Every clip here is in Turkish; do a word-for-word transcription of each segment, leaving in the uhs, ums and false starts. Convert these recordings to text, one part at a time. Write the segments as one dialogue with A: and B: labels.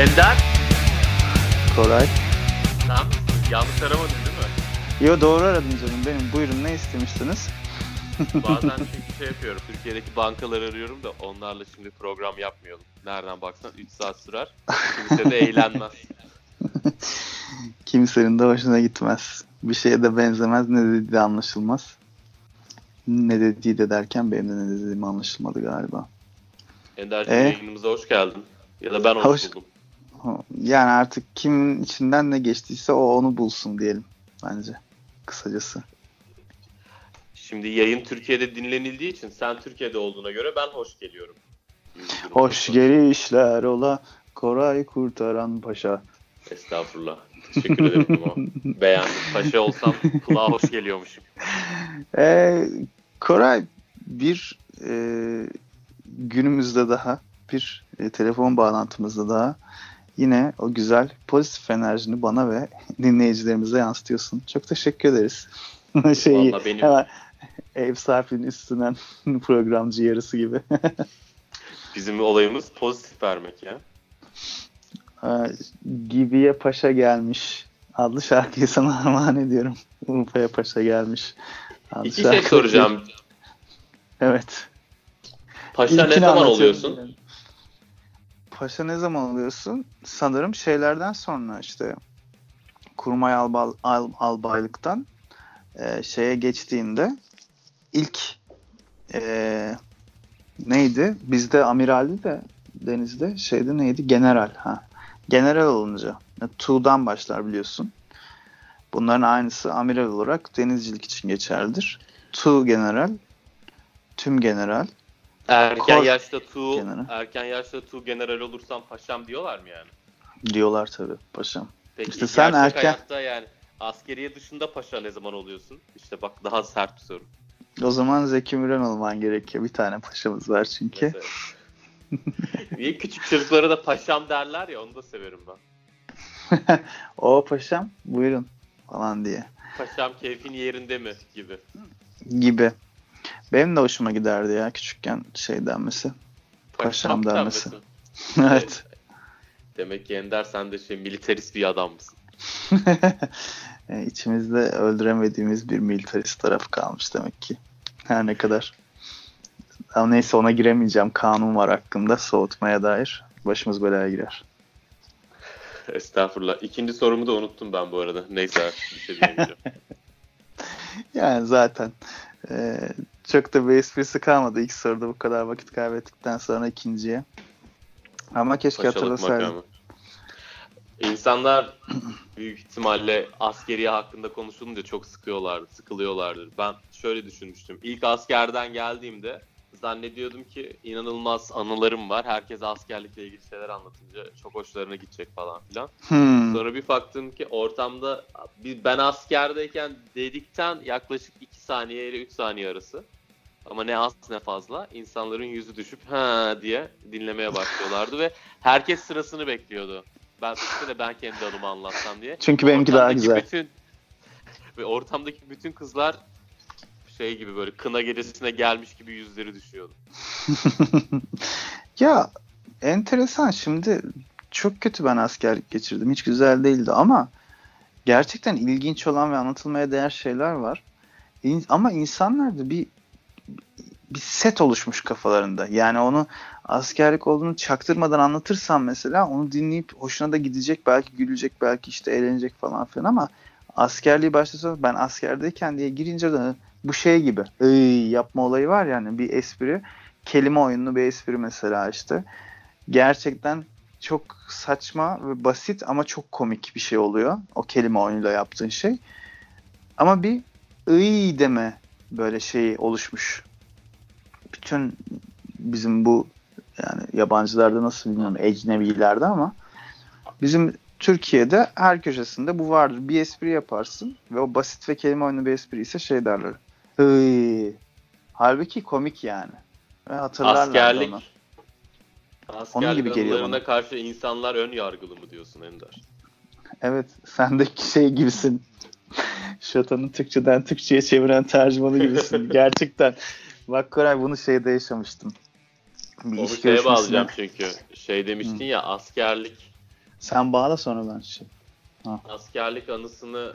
A: Ender.
B: Koray.
A: Sen yanlış aramadın değil mi?
B: Yo, doğru aradın canım benim. Buyurun, ne istemiştiniz?
A: Bazen çünkü şey yapıyorum. Türkiye'deki bankaları arıyorum da onlarla şimdi program yapmayalım. Nereden baksan üç saat sürer. Kimse de eğlenmez.
B: Kimsenin de hoşuna gitmez. Bir şeye de benzemez. Ne dediği de anlaşılmaz. Ne dediği de derken benim de ne dediğim anlaşılmadı galiba.
A: Ender'cim
B: E?
A: yayınımıza hoş geldin. Ya da ben hoş,
B: Hoş-
A: buldum.
B: Yani artık kimin içinden ne geçtiyse o onu bulsun diyelim bence. Kısacası.
A: Şimdi yayın Türkiye'de dinlenildiği için sen Türkiye'de olduğuna göre ben hoş geliyorum.
B: Hoş gelişler ola Koray kurtaran paşa.
A: Estağfurullah. Teşekkür ederim ama beğendim. Paşa olsam kulağa hoş geliyormuşum.
B: Ee, Koray, bir e, günümüzde daha bir e, telefon bağlantımızda daha yine o güzel pozitif enerjini bana ve dinleyicilerimize yansıtıyorsun. Çok teşekkür ederiz. Şeyi,
A: Vallahi benim-
B: hemen ev sahibinin üstünden programcı yarısı gibi.
A: Bizim olayımız pozitif vermek ya.
B: Aa, Gibiye Paşa gelmiş adlı şarkıyı sana armağan ediyorum. Urfa'ya Paşa gelmiş adlı
A: İki şey
B: şarkı.
A: soracağım.
B: Evet.
A: Paşa ne
B: İlkini
A: zaman
B: anlatıyorum.
A: oluyorsun?
B: Paşa ne zaman oluyorsun? Sanırım şeylerden sonra işte kurmay albay, al, albaylıktan e, şeye geçtiğinde ilk e, neydi? Bizde amiraldi de denizde şeyde neydi? General. Ha. General olunca. Yani Tuğ'dan başlar biliyorsun. Bunların aynısı amiral olarak denizcilik için geçerlidir. Tu general, tüm general.
A: Erken
B: Kor-
A: yaşta tu,
B: General.
A: erken yaşta tu general olursam paşam diyorlar mı yani?
B: Diyorlar tabii paşam.
A: Peki
B: İşte sen
A: gerçek
B: erken-
A: hayatta yani askeriye dışında paşa ne zaman oluyorsun? İşte bak daha sert bir soru.
B: O zaman Zeki Müren olman gerekiyor. Bir tane paşamız var çünkü.
A: Mesela. Niye küçük çocuklara da paşam derler ya, onu da severim ben.
B: O paşam buyurun falan diye.
A: Paşam keyfin yerinde mi gibi.
B: Gibi. Benim de hoşuma giderdi ya küçükken şey denmesi. Paşam denmesi. Evet.
A: Demek ki Ender sen de şey militarist bir adam mısın?
B: Yani İçimizde öldüremediğimiz bir militarist tarafı kalmış demek ki. Her ne kadar. Ama neyse, ona giremeyeceğim. Kanun var hakkında soğutmaya dair. Başımız belaya girer.
A: Estağfurullah. İkinci sorumu da unuttum ben bu arada. Neyse bir şey diyemeyeceğim.
B: Yani zaten e, çok da bir esprisi kalmadı. İlk soruda bu kadar vakit kaybettikten sonra ikinciye. Ama keşke
A: Paşalık
B: hatırlasaydım.
A: makamı. İnsanlar büyük ihtimalle askeriye hakkında konuşulunca çok sıkıyorlardı, sıkılıyorlardır. Ben şöyle düşünmüştüm. İlk askerden geldiğimde zannediyordum ki inanılmaz anılarım var. Herkes askerlikle ilgili şeyler anlatınca çok hoşlarına gidecek falan filan.
B: Hmm.
A: Sonra bir baktım ki ortamda ben askerdeyken dedikten yaklaşık iki saniye ile üç saniye arası. Ama ne az ne fazla insanların yüzü düşüp ha diye dinlemeye başlıyorlardı ve herkes sırasını bekliyordu. Ben de ben kendi anımı anlatsam diye.
B: Çünkü benimki daha
A: Ortamdaki
B: güzel.
A: Bütün, ve ortamdaki bütün kızlar şey gibi böyle kına gecesine gelmiş gibi yüzleri düşüyordu.
B: Ya enteresan, şimdi çok kötü ben askerlik geçirdim. Hiç güzel değildi ama gerçekten ilginç olan ve anlatılmaya değer şeyler var. İn- ama insanlarda bir bir set oluşmuş kafalarında. Yani onu askerlik olduğunu çaktırmadan anlatırsan mesela onu dinleyip hoşuna da gidecek, belki gülecek, belki işte eğlenecek falan filan ama askerliği başlasa ben askerdeyken diye girince de bu şey gibi ıy, yapma olayı var yani, bir espri, kelime oyunlu bir espri mesela işte. Gerçekten çok saçma ve basit ama çok komik bir şey oluyor. O kelime oyunuyla yaptığın şey. Ama bir ıy deme böyle şey oluşmuş. Bütün bizim bu yani yabancılarda nasıl bilmiyorum, ecnevilerde ama bizim Türkiye'de her köşesinde bu vardır. Bir espri yaparsın ve o basit ve kelime oyunu bir espri ise şey derler. Hıy. Halbuki komik yani. Ve hatırlarlar
A: Askerlik,
B: onu.
A: askerlik
B: Onun gibi geliyor
A: anılarına
B: bana.
A: karşı insanlar ön yargılı mı diyorsun Ender?
B: Evet, sen de şey gibisin. Şatanın Türkçeden Türkçe'ye çeviren tercümanı gibisin. Gerçekten. Bak Koray, bunu şeyde yaşamıştım. Bir
A: Onu
B: iş
A: şeye
B: görüşmesine-
A: bağlayacağım çünkü. Şey demiştin ya, askerlik
B: Sen bağla sonra ben şey. Ha.
A: Askerlik anısını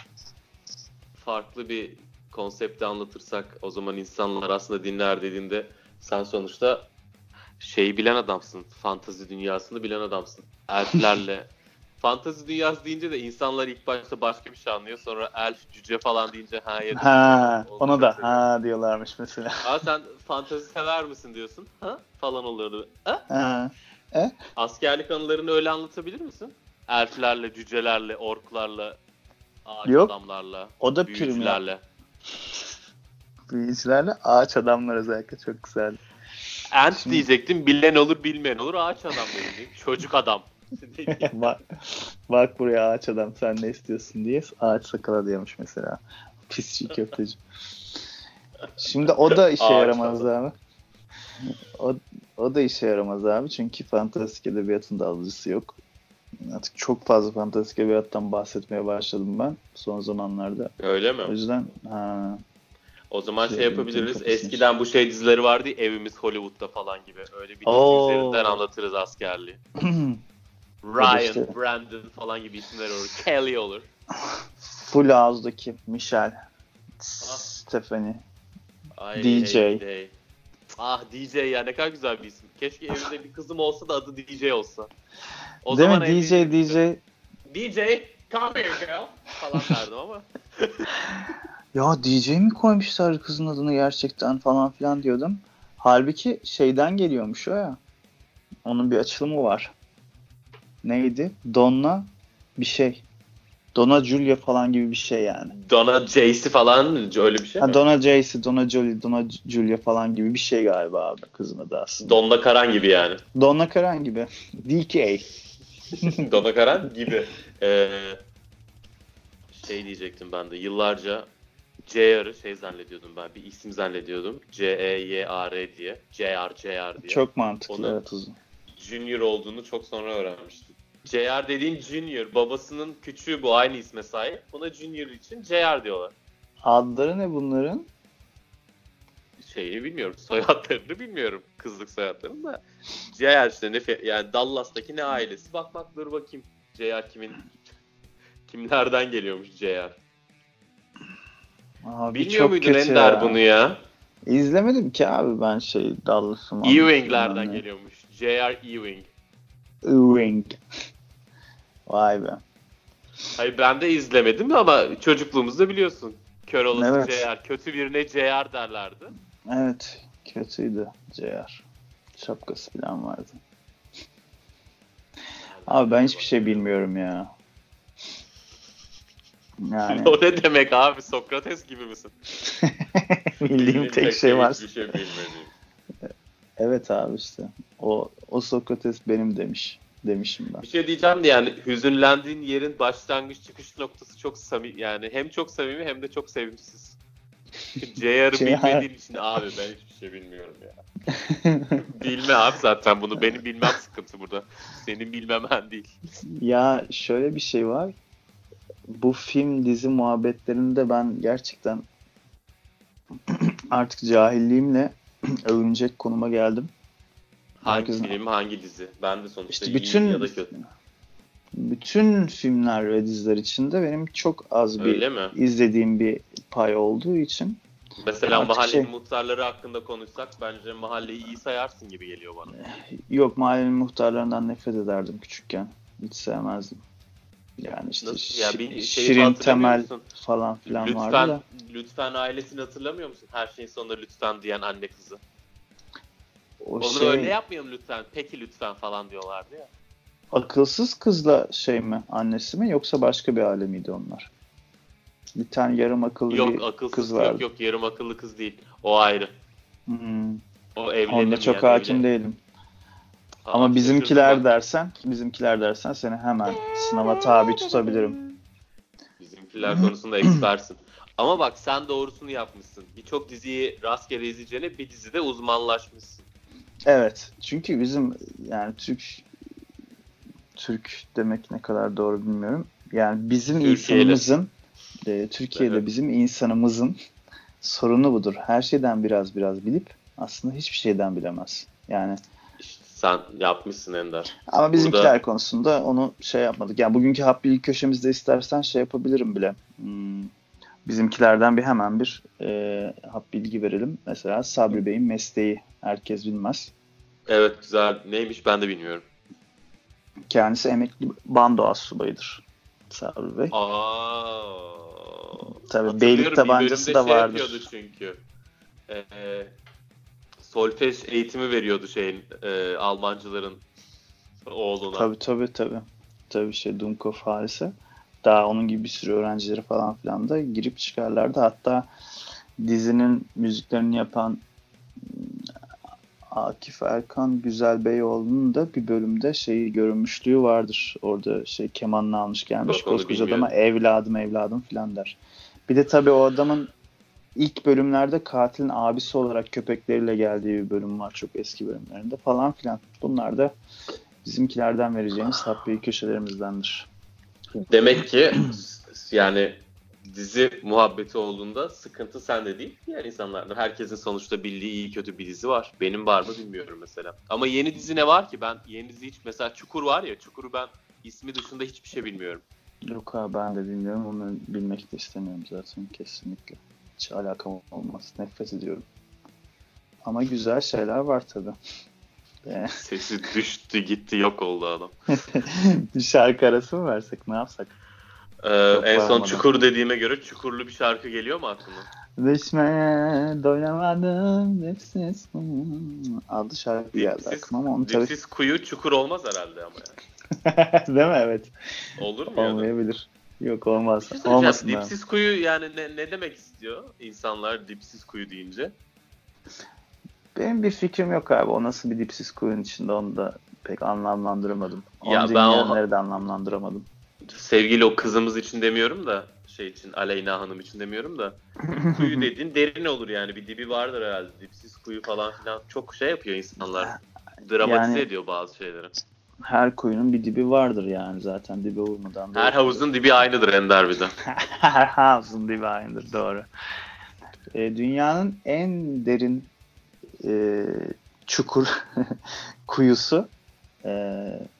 A: farklı bir konsepte anlatırsak o zaman insanlar aslında dinler dediğinde sen sonuçta şeyi bilen adamsın. Fantazi dünyasını bilen adamsın. Elflerle. Fantazi dünyası deyince de insanlar ilk başta başka bir şey anlıyor. Sonra elf, cüce falan deyince ha ya da
B: Ha,
A: oldu
B: ona da
A: mesela.
B: ha diyorlarmış mesela.
A: Aa sen fantazi sever misin diyorsun. Ha? Falan oluyordu. Ha?
B: Ha. E?
A: Askerlik anılarını öyle anlatabilir misin? Elflerle, cücelerle, orklarla, ağaç
B: Yok.
A: adamlarla,
B: O da prim ya.
A: büyücülerle.
B: Büyücülerle ağaç adamlar özellikle çok güzel.
A: Ent
B: Şimdi-
A: diyecektim. Bilen olur, bilmeyen olur. Ağaç adam diyecektim. Çocuk adam.
B: bak, bak buraya ağaç adam sen ne istiyorsun diye ağaç sakala diyormuş mesela. Pis çiğ köfteci. Şimdi o da işe
A: Ağaç
B: yaramaz
A: adam.
B: abi. O, o da işe yaramaz abi. Çünkü fantastik edebiyatın da alıcısı yok. Artık çok fazla fantastik edebiyattan bahsetmeye başladım ben son zamanlarda.
A: Öyle
B: O
A: mi?
B: yüzden ha,
A: O zaman
B: Şey,
A: şey yapabiliriz.
B: kafasını-
A: Eskiden bu şey dizileri vardı ya, Evimiz Hollywood'da falan gibi. Öyle bir dizi
B: Oo.
A: üzerinden anlatırız askerliği. Ryan,
B: işte.
A: Brandon falan gibi isimler olur. Kelly olur.
B: Full House'daki Michelle, Stephanie.
A: Ay,
B: D J.
A: hey, hey. Ah D J ya, ne kadar güzel bir isim. Keşke evimde bir kızım olsa da adı D J olsa. O
B: Değil mi?
A: zaman
B: D J,
A: evliydim.
B: D J.
A: D J, come here girl falan derdim ama.
B: Ya D J mi koymuşlar kızın adını gerçekten falan filan diyordum. Halbuki şeyden geliyormuş o ya. Onun bir açılımı var. Neydi? Donna bir şey. Donna Julia falan gibi bir şey yani.
A: Donna Jaycee falan öyle bir şey
B: Ha,
A: mi?
B: Donna Jaycee, Donna Jolie, Donna Julia falan gibi bir şey galiba abi kızın adı aslında.
A: Donna Karan gibi yani.
B: Donna Karan gibi. D K.
A: Donna Karan gibi. Ee, şey diyecektim ben de. Yıllarca J R'ı şey zannediyordum ben. Bir isim zannediyordum. C E Y A R diye. J R, J R diye.
B: Çok mantıklı,
A: Onu-
B: evet uzun.
A: Junior olduğunu çok sonra öğrenmiştim. J R dediğin Junior. Babasının küçüğü bu, aynı isme sahip. Buna Junior için J R diyorlar.
B: Adları ne bunların?
A: Şeyini bilmiyorum. Soyadlarını bilmiyorum. Kızlık soyadlarını da. J R işte ne fe- yani Dallas'taki ne ailesi. Bak bak dur bakayım. J R kimin kimlerden geliyormuş J R.
B: Abi
A: Bilmiyor
B: çok
A: muydun
B: kötü
A: Ender
B: ya.
A: bunu ya?
B: İzlemedim ki abi ben şey Dallas'ım.
A: Ewing'lerden geliyormuş. J R Ewing.
B: Ewing. Vay be.
A: Hayır ben de izlemedim ama çocukluğumuzda biliyorsun. Kör olası
B: Evet.
A: J R. Kötü birine J R derlerdi.
B: Evet. Kötüydü J R. Şapkası falan vardı. Abi ben hiçbir şey bilmiyorum ya. Yani
A: O ne demek abi? Sokrates gibi misin?
B: bildiğim tek şey var.
A: Hiçbir şey bilmediğim.
B: Evet abi işte. O o Sokrates benim demiş. Demişim ben.
A: Bir şey diyeceğim de yani hüzünlendiğin yerin başlangıç çıkış noktası çok samimi, yani hem çok samimi hem de çok sevimsiz. J R'ı
B: J R.
A: bilmediğin için abi ben hiçbir şey bilmiyorum ya. Bilme abi zaten bunu. Benim bilmem sıkıntı burada. Senin bilmemen değil.
B: Ya şöyle bir şey var. Bu film dizi muhabbetlerinde ben gerçekten artık cahilliğimle övünecek konuma geldim.
A: Hangi
B: Herkesin-
A: film, hangi dizi? Ben de sonuçta
B: İşte
A: iyi
B: bütün
A: ya da kötü.
B: bütün filmler ve diziler içinde benim çok az bir
A: Öyle mi?
B: izlediğim bir pay olduğu için
A: Mesela
B: Artık
A: mahallenin
B: şey-
A: muhtarları hakkında konuşsak bence mahalleyi iyi sayarsın gibi geliyor bana.
B: yok, mahallenin muhtarlarından nefret ederdim küçükken. Hiç sevmezdim. Yani işte
A: Nasıl? Ya
B: Şi-
A: bir şeyi
B: Şirin
A: hatırlamıyor
B: Temel
A: musun?
B: falan filan vardı
A: Lütfen,
B: da.
A: lütfen ailesini hatırlamıyor musun? Her şeyin sonunda lütfen diyen anne kızı.
B: O
A: Onu
B: şey
A: öyle yapmayalım lütfen. Peki lütfen falan diyorlardı ya.
B: akılsız kızla şey mi, annesi mi, yoksa başka bir aile miydi onlar? Bir tane yarım akıllı
A: Yok
B: bir
A: akılsız
B: kız
A: yok
B: vardı.
A: yok yarım akıllı kız değil. O ayrı.
B: Hmm.
A: O evlenemeyen.
B: Onda çok hakim
A: evlen-
B: değilim.
A: Aa,
B: Ama bizimkiler
A: şaşırdım bak.
B: dersen, bizimkiler dersen seni hemen sınava tabi tutabilirim.
A: Bizimkiler konusunda ekspersin. Ama bak sen doğrusunu yapmışsın. Birçok diziyi rastgele izleyeceğine bir dizide uzmanlaşmışsın.
B: Evet. Çünkü bizim yani Türk Türk demek ne kadar doğru bilmiyorum. Yani bizim
A: Türkiye'li.
B: insanımızın e, Türkiye'de
A: Evet.
B: bizim insanımızın sorunu budur. Her şeyden biraz biraz bilip aslında hiçbir şeyden bilemez. Yani
A: İşte Sen yapmışsın Ender.
B: Ama bizimkiler
A: Burada
B: konusunda onu şey yapmadık. Yani bugünkü Hap Bilgi köşemizde istersen şey yapabilirim bile. Hmm, bizimkilerden bir hemen bir e, hap bilgi verelim. Mesela Sabri Bey'in mesleği herkes bilmez.
A: evet, güzel. Neymiş ben de bilmiyorum.
B: Kendisi emekli bando astsubayıdır Sabri Bey.
A: Aa,
B: Tabii beylik
A: hatırlıyorum, bir
B: tabancası
A: bölümde
B: da
A: şey yapıyordu
B: vardır.
A: çünkü. Ee, solfej eğitimi veriyordu şeyin e, Almancıların oğluna.
B: Tabii tabii tabii. Tabii şey Dunkov Halise. Daha onun gibi bir sürü öğrencileri falan filan da girip çıkarlardı. Hatta dizinin müziklerini yapan Akif Erkan Güzelbeyoğlu'nun da bir bölümde şeyi görünmüşlüğü vardır. Orada şey kemanını almış gelmiş.
A: Bak, onu
B: Koskoca adama
A: bilmiyordum.
B: evladım evladım filan der. Bir de tabii o adamın ilk bölümlerde katilin abisi olarak köpekleriyle geldiği bir bölüm var. Çok eski bölümlerinde falan filan. Bunlar da bizimkilerden vereceğimiz tatlı köşelerimizdendir.
A: Demek ki yani dizi muhabbeti olduğunda sıkıntı sende değil, diğer insanlarda. Herkesin sonuçta bildiği iyi kötü bir dizi var. Benim var mı bilmiyorum mesela. Ama yeni dizi ne var ki? Ben yeni dizi hiç, mesela Çukur var ya, Çukur'u ben ismi dışında hiçbir şey bilmiyorum.
B: Yok abi ben de bilmiyorum. Onu bilmek de istemiyorum zaten kesinlikle. Hiç alakam olmaz. Nefret ediyorum. Ama güzel şeyler var tabii.
A: Sesi düştü gitti, yok oldu adam.
B: Bir şarkı arası mı versek? Ne yapsak?
A: Ee,
B: Çok
A: en son
B: bağırmadan.
A: Çukur dediğime göre Çukurlu bir şarkı geliyor mu aklına?
B: Düşmeye doyamadım nefsiz adlı şarkı geldi
A: Dipsiz,
B: aklıma ama onu tabii
A: dipsiz kuyu çukur olmaz herhalde ama yani.
B: değil mi? Evet.
A: Olur mu ya da?
B: Olmayabilir. Yok olmaz.
A: Bir şey söyleyeceğim.
B: Olmasın da.
A: Dipsiz kuyu yani ne, ne demek istiyor insanlar dipsiz kuyu deyince?
B: Benim bir fikrim yok abi. O nasıl bir dipsiz kuyunun içinde onu da pek anlamlandıramadım. Onu
A: Ya ben o
B: dinleyenleri de anlamlandıramadım.
A: sevgili o kızımız için demiyorum da, şey için, Aleyna Hanım için demiyorum da, kuyu dediğin derin olur yani, bir dibi vardır herhalde. Dipsiz kuyu falan filan çok şey yapıyor insanlar. Dramatize
B: Yani
A: ediyor bazı şeyleri.
B: her kuyunun bir dibi vardır yani zaten dibe vurmadan da
A: Her
B: yoktur.
A: havuzun dibi aynıdır Ender bir de.
B: Her havuzun dibi aynıdır doğru. E, dünyanın en derin e, çukur kuyusu e,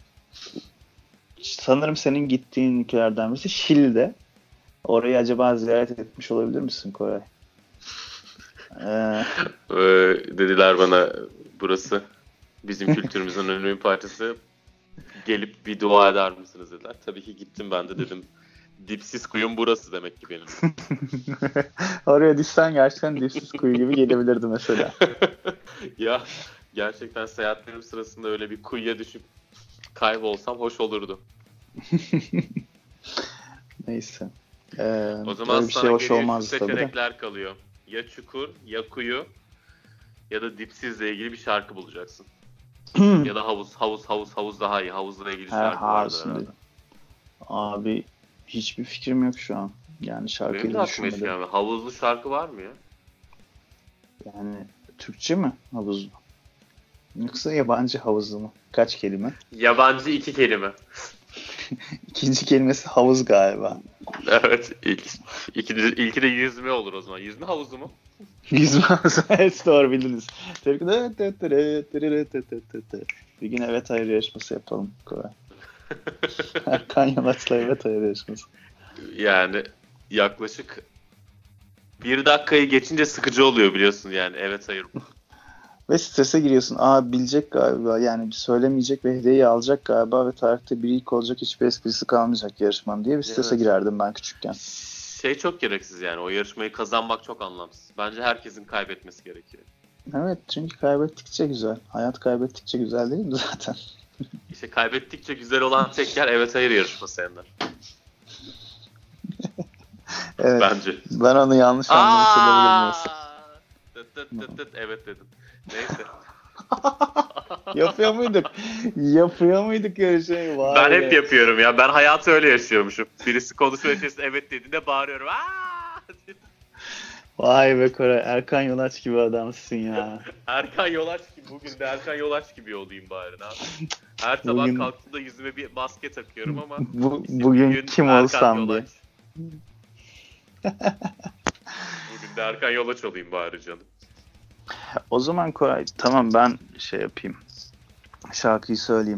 B: sanırım senin gittiğin ülkelerden birisi Şili'de. Orayı acaba ziyaret etmiş olabilir misin Koray? Ee,
A: Ee, dediler bana, burası bizim kültürümüzün önemli bir parçası. Gelip bir dua eder misiniz dediler. Tabii ki gittim, ben de dedim. Dipsiz kuyum burası demek ki benim.
B: oraya düşsen gerçekten dipsiz kuyu gibi gelebilirdi mesela.
A: Ya gerçekten seyahatlerim sırasında öyle bir kuyuya düşüp kaybolsam hoş olurdu.
B: Neyse. Ee,
A: O zaman
B: öyle bir şey
A: sana
B: hoş
A: geriye şu
B: olmazdı tabii de.
A: seçenekler kalıyor. Ya çukur, ya kuyu, ya da dipsizle ilgili bir şarkı bulacaksın. Ya da havuz, havuz, havuz, havuz daha iyi. Havuzla ilgili
B: Her
A: şarkı vardır
B: havuzun
A: herhalde.
B: dibi. Abi hiçbir fikrim yok şu an. Yani
A: Benim de
B: şarkıyla
A: aklıma hiç
B: düşünmedim.
A: gelmedi. Havuzlu şarkı var mı ya?
B: Yani Türkçe mi havuz? Yoksa yabancı havuzlu mu? Kaç kelime?
A: Yabancı iki kelime.
B: İkinci kelimesi havuz galiba.
A: Evet. İlk, iki, de- ilki de yüzme olur o zaman. Yüzme havuzu mu?
B: Yüzme havuzu. Evet doğru bildiniz. Bir gün evet hayır yarışması yapalım. Koray. Erkan Yalaç'la evet hayır yarışması.
A: Yani yaklaşık bir dakikayı geçince sıkıcı oluyor biliyorsun yani. Evet hayır.
B: Ve strese giriyorsun. Aa bilecek galiba. Yani söylemeyecek ve hediyeyi alacak galiba ve tarihte bir ilk olacak, hiçbir esprisi kalmayacak yarışmanın diye bir strese
A: Evet.
B: girerdim ben küçükken.
A: Şey çok gereksiz yani. O yarışmayı kazanmak çok anlamsız. Bence herkesin kaybetmesi gerekiyor.
B: Evet çünkü kaybettikçe güzel. Hayat kaybettikçe güzel değil mi zaten?
A: İşte kaybettikçe güzel olan tek yer evet hayır yarışması Ender.
B: Evet.
A: Bence.
B: Ben onu yanlış anlamış olabilirim. Neyse.
A: Tıt tıt tıt tıt, evet dedim. Neyse.
B: Yapıyor muyduk? Yapıyor muyduk öyle şey? Vay
A: Ben
B: be.
A: hep yapıyorum ya. Ben hayatı öyle yaşıyormuşum. Birisi konuşma içerisinde evet dediğinde bağırıyorum. Aa!
B: Vay be Koray. Erkan Yolaç gibi adamsın ya.
A: Erkan Yolaç gibi. Bugün de Erkan Yolaç gibi olayım bari. Ne yapayım? Her sabah
B: Bugün-
A: kalktığımda yüzüme bir maske takıyorum ama
B: Bu,
A: işte
B: bugün kim
A: Erkan
B: olsam diye.
A: Yolaç. Bugün de Erkan Yolaç olayım bari canım.
B: O zaman Koray tamam ben şey yapayım. Şarkıyı söyleyeyim.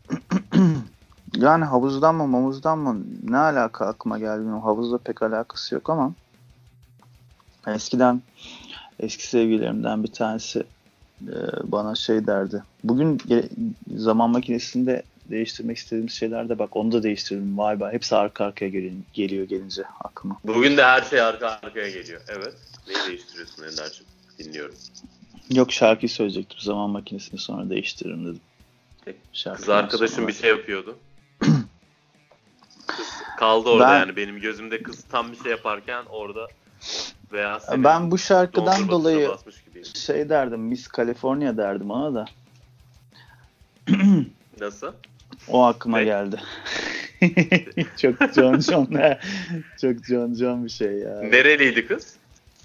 B: Yani havuzdan mı mamuzdan mı ne alaka aklıma geldi bilmiyorum. Havuzla pek alakası yok ama eskiden eski sevgililerimden bir tanesi e, bana şey derdi. Bugün ge- zaman makinesinde değiştirmek istediğim şeyler de bak onu da değiştirdim. Vay be hepsi arka arkaya geliyor, geliyor gelince aklıma.
A: Bugün de her şey arka arkaya geliyor. Evet. Neyi değiştiriyorsun Ender'cim? Dinliyorum.
B: Yok şarkıyı söyleyecektim. Zaman makinesini sonra değiştiririm dedim.
A: Kız arkadaşım sonra bir şey yapıyordu. Kız kaldı orada ben, yani. Benim gözümde kız tam bir şey yaparken orada veya
B: ben bu şarkıdan dolayı şey derdim. Miss California derdim ona da.
A: Nasıl?
B: O aklıma ne? Geldi. Çok John John çok John John bir şey ya.
A: Nereliydi kız?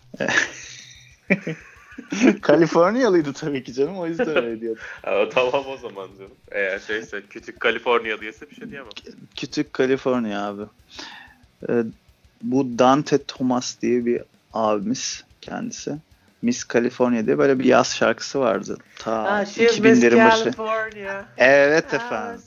B: Kaliforniyalıydı tabii ki canım. O yüzden öyle diyordu.
A: Tamam o zaman canım. Eğer şeyse küçük Kaliforniya diyese bir şey diyemem.
B: Küçük Kaliforniya abi. Ee, bu Dante Thomas diye bir abimiz kendisi. Miss California diye böyle bir yaz şarkısı vardı. Ta ha, iki binlerin başı. Evet efendim.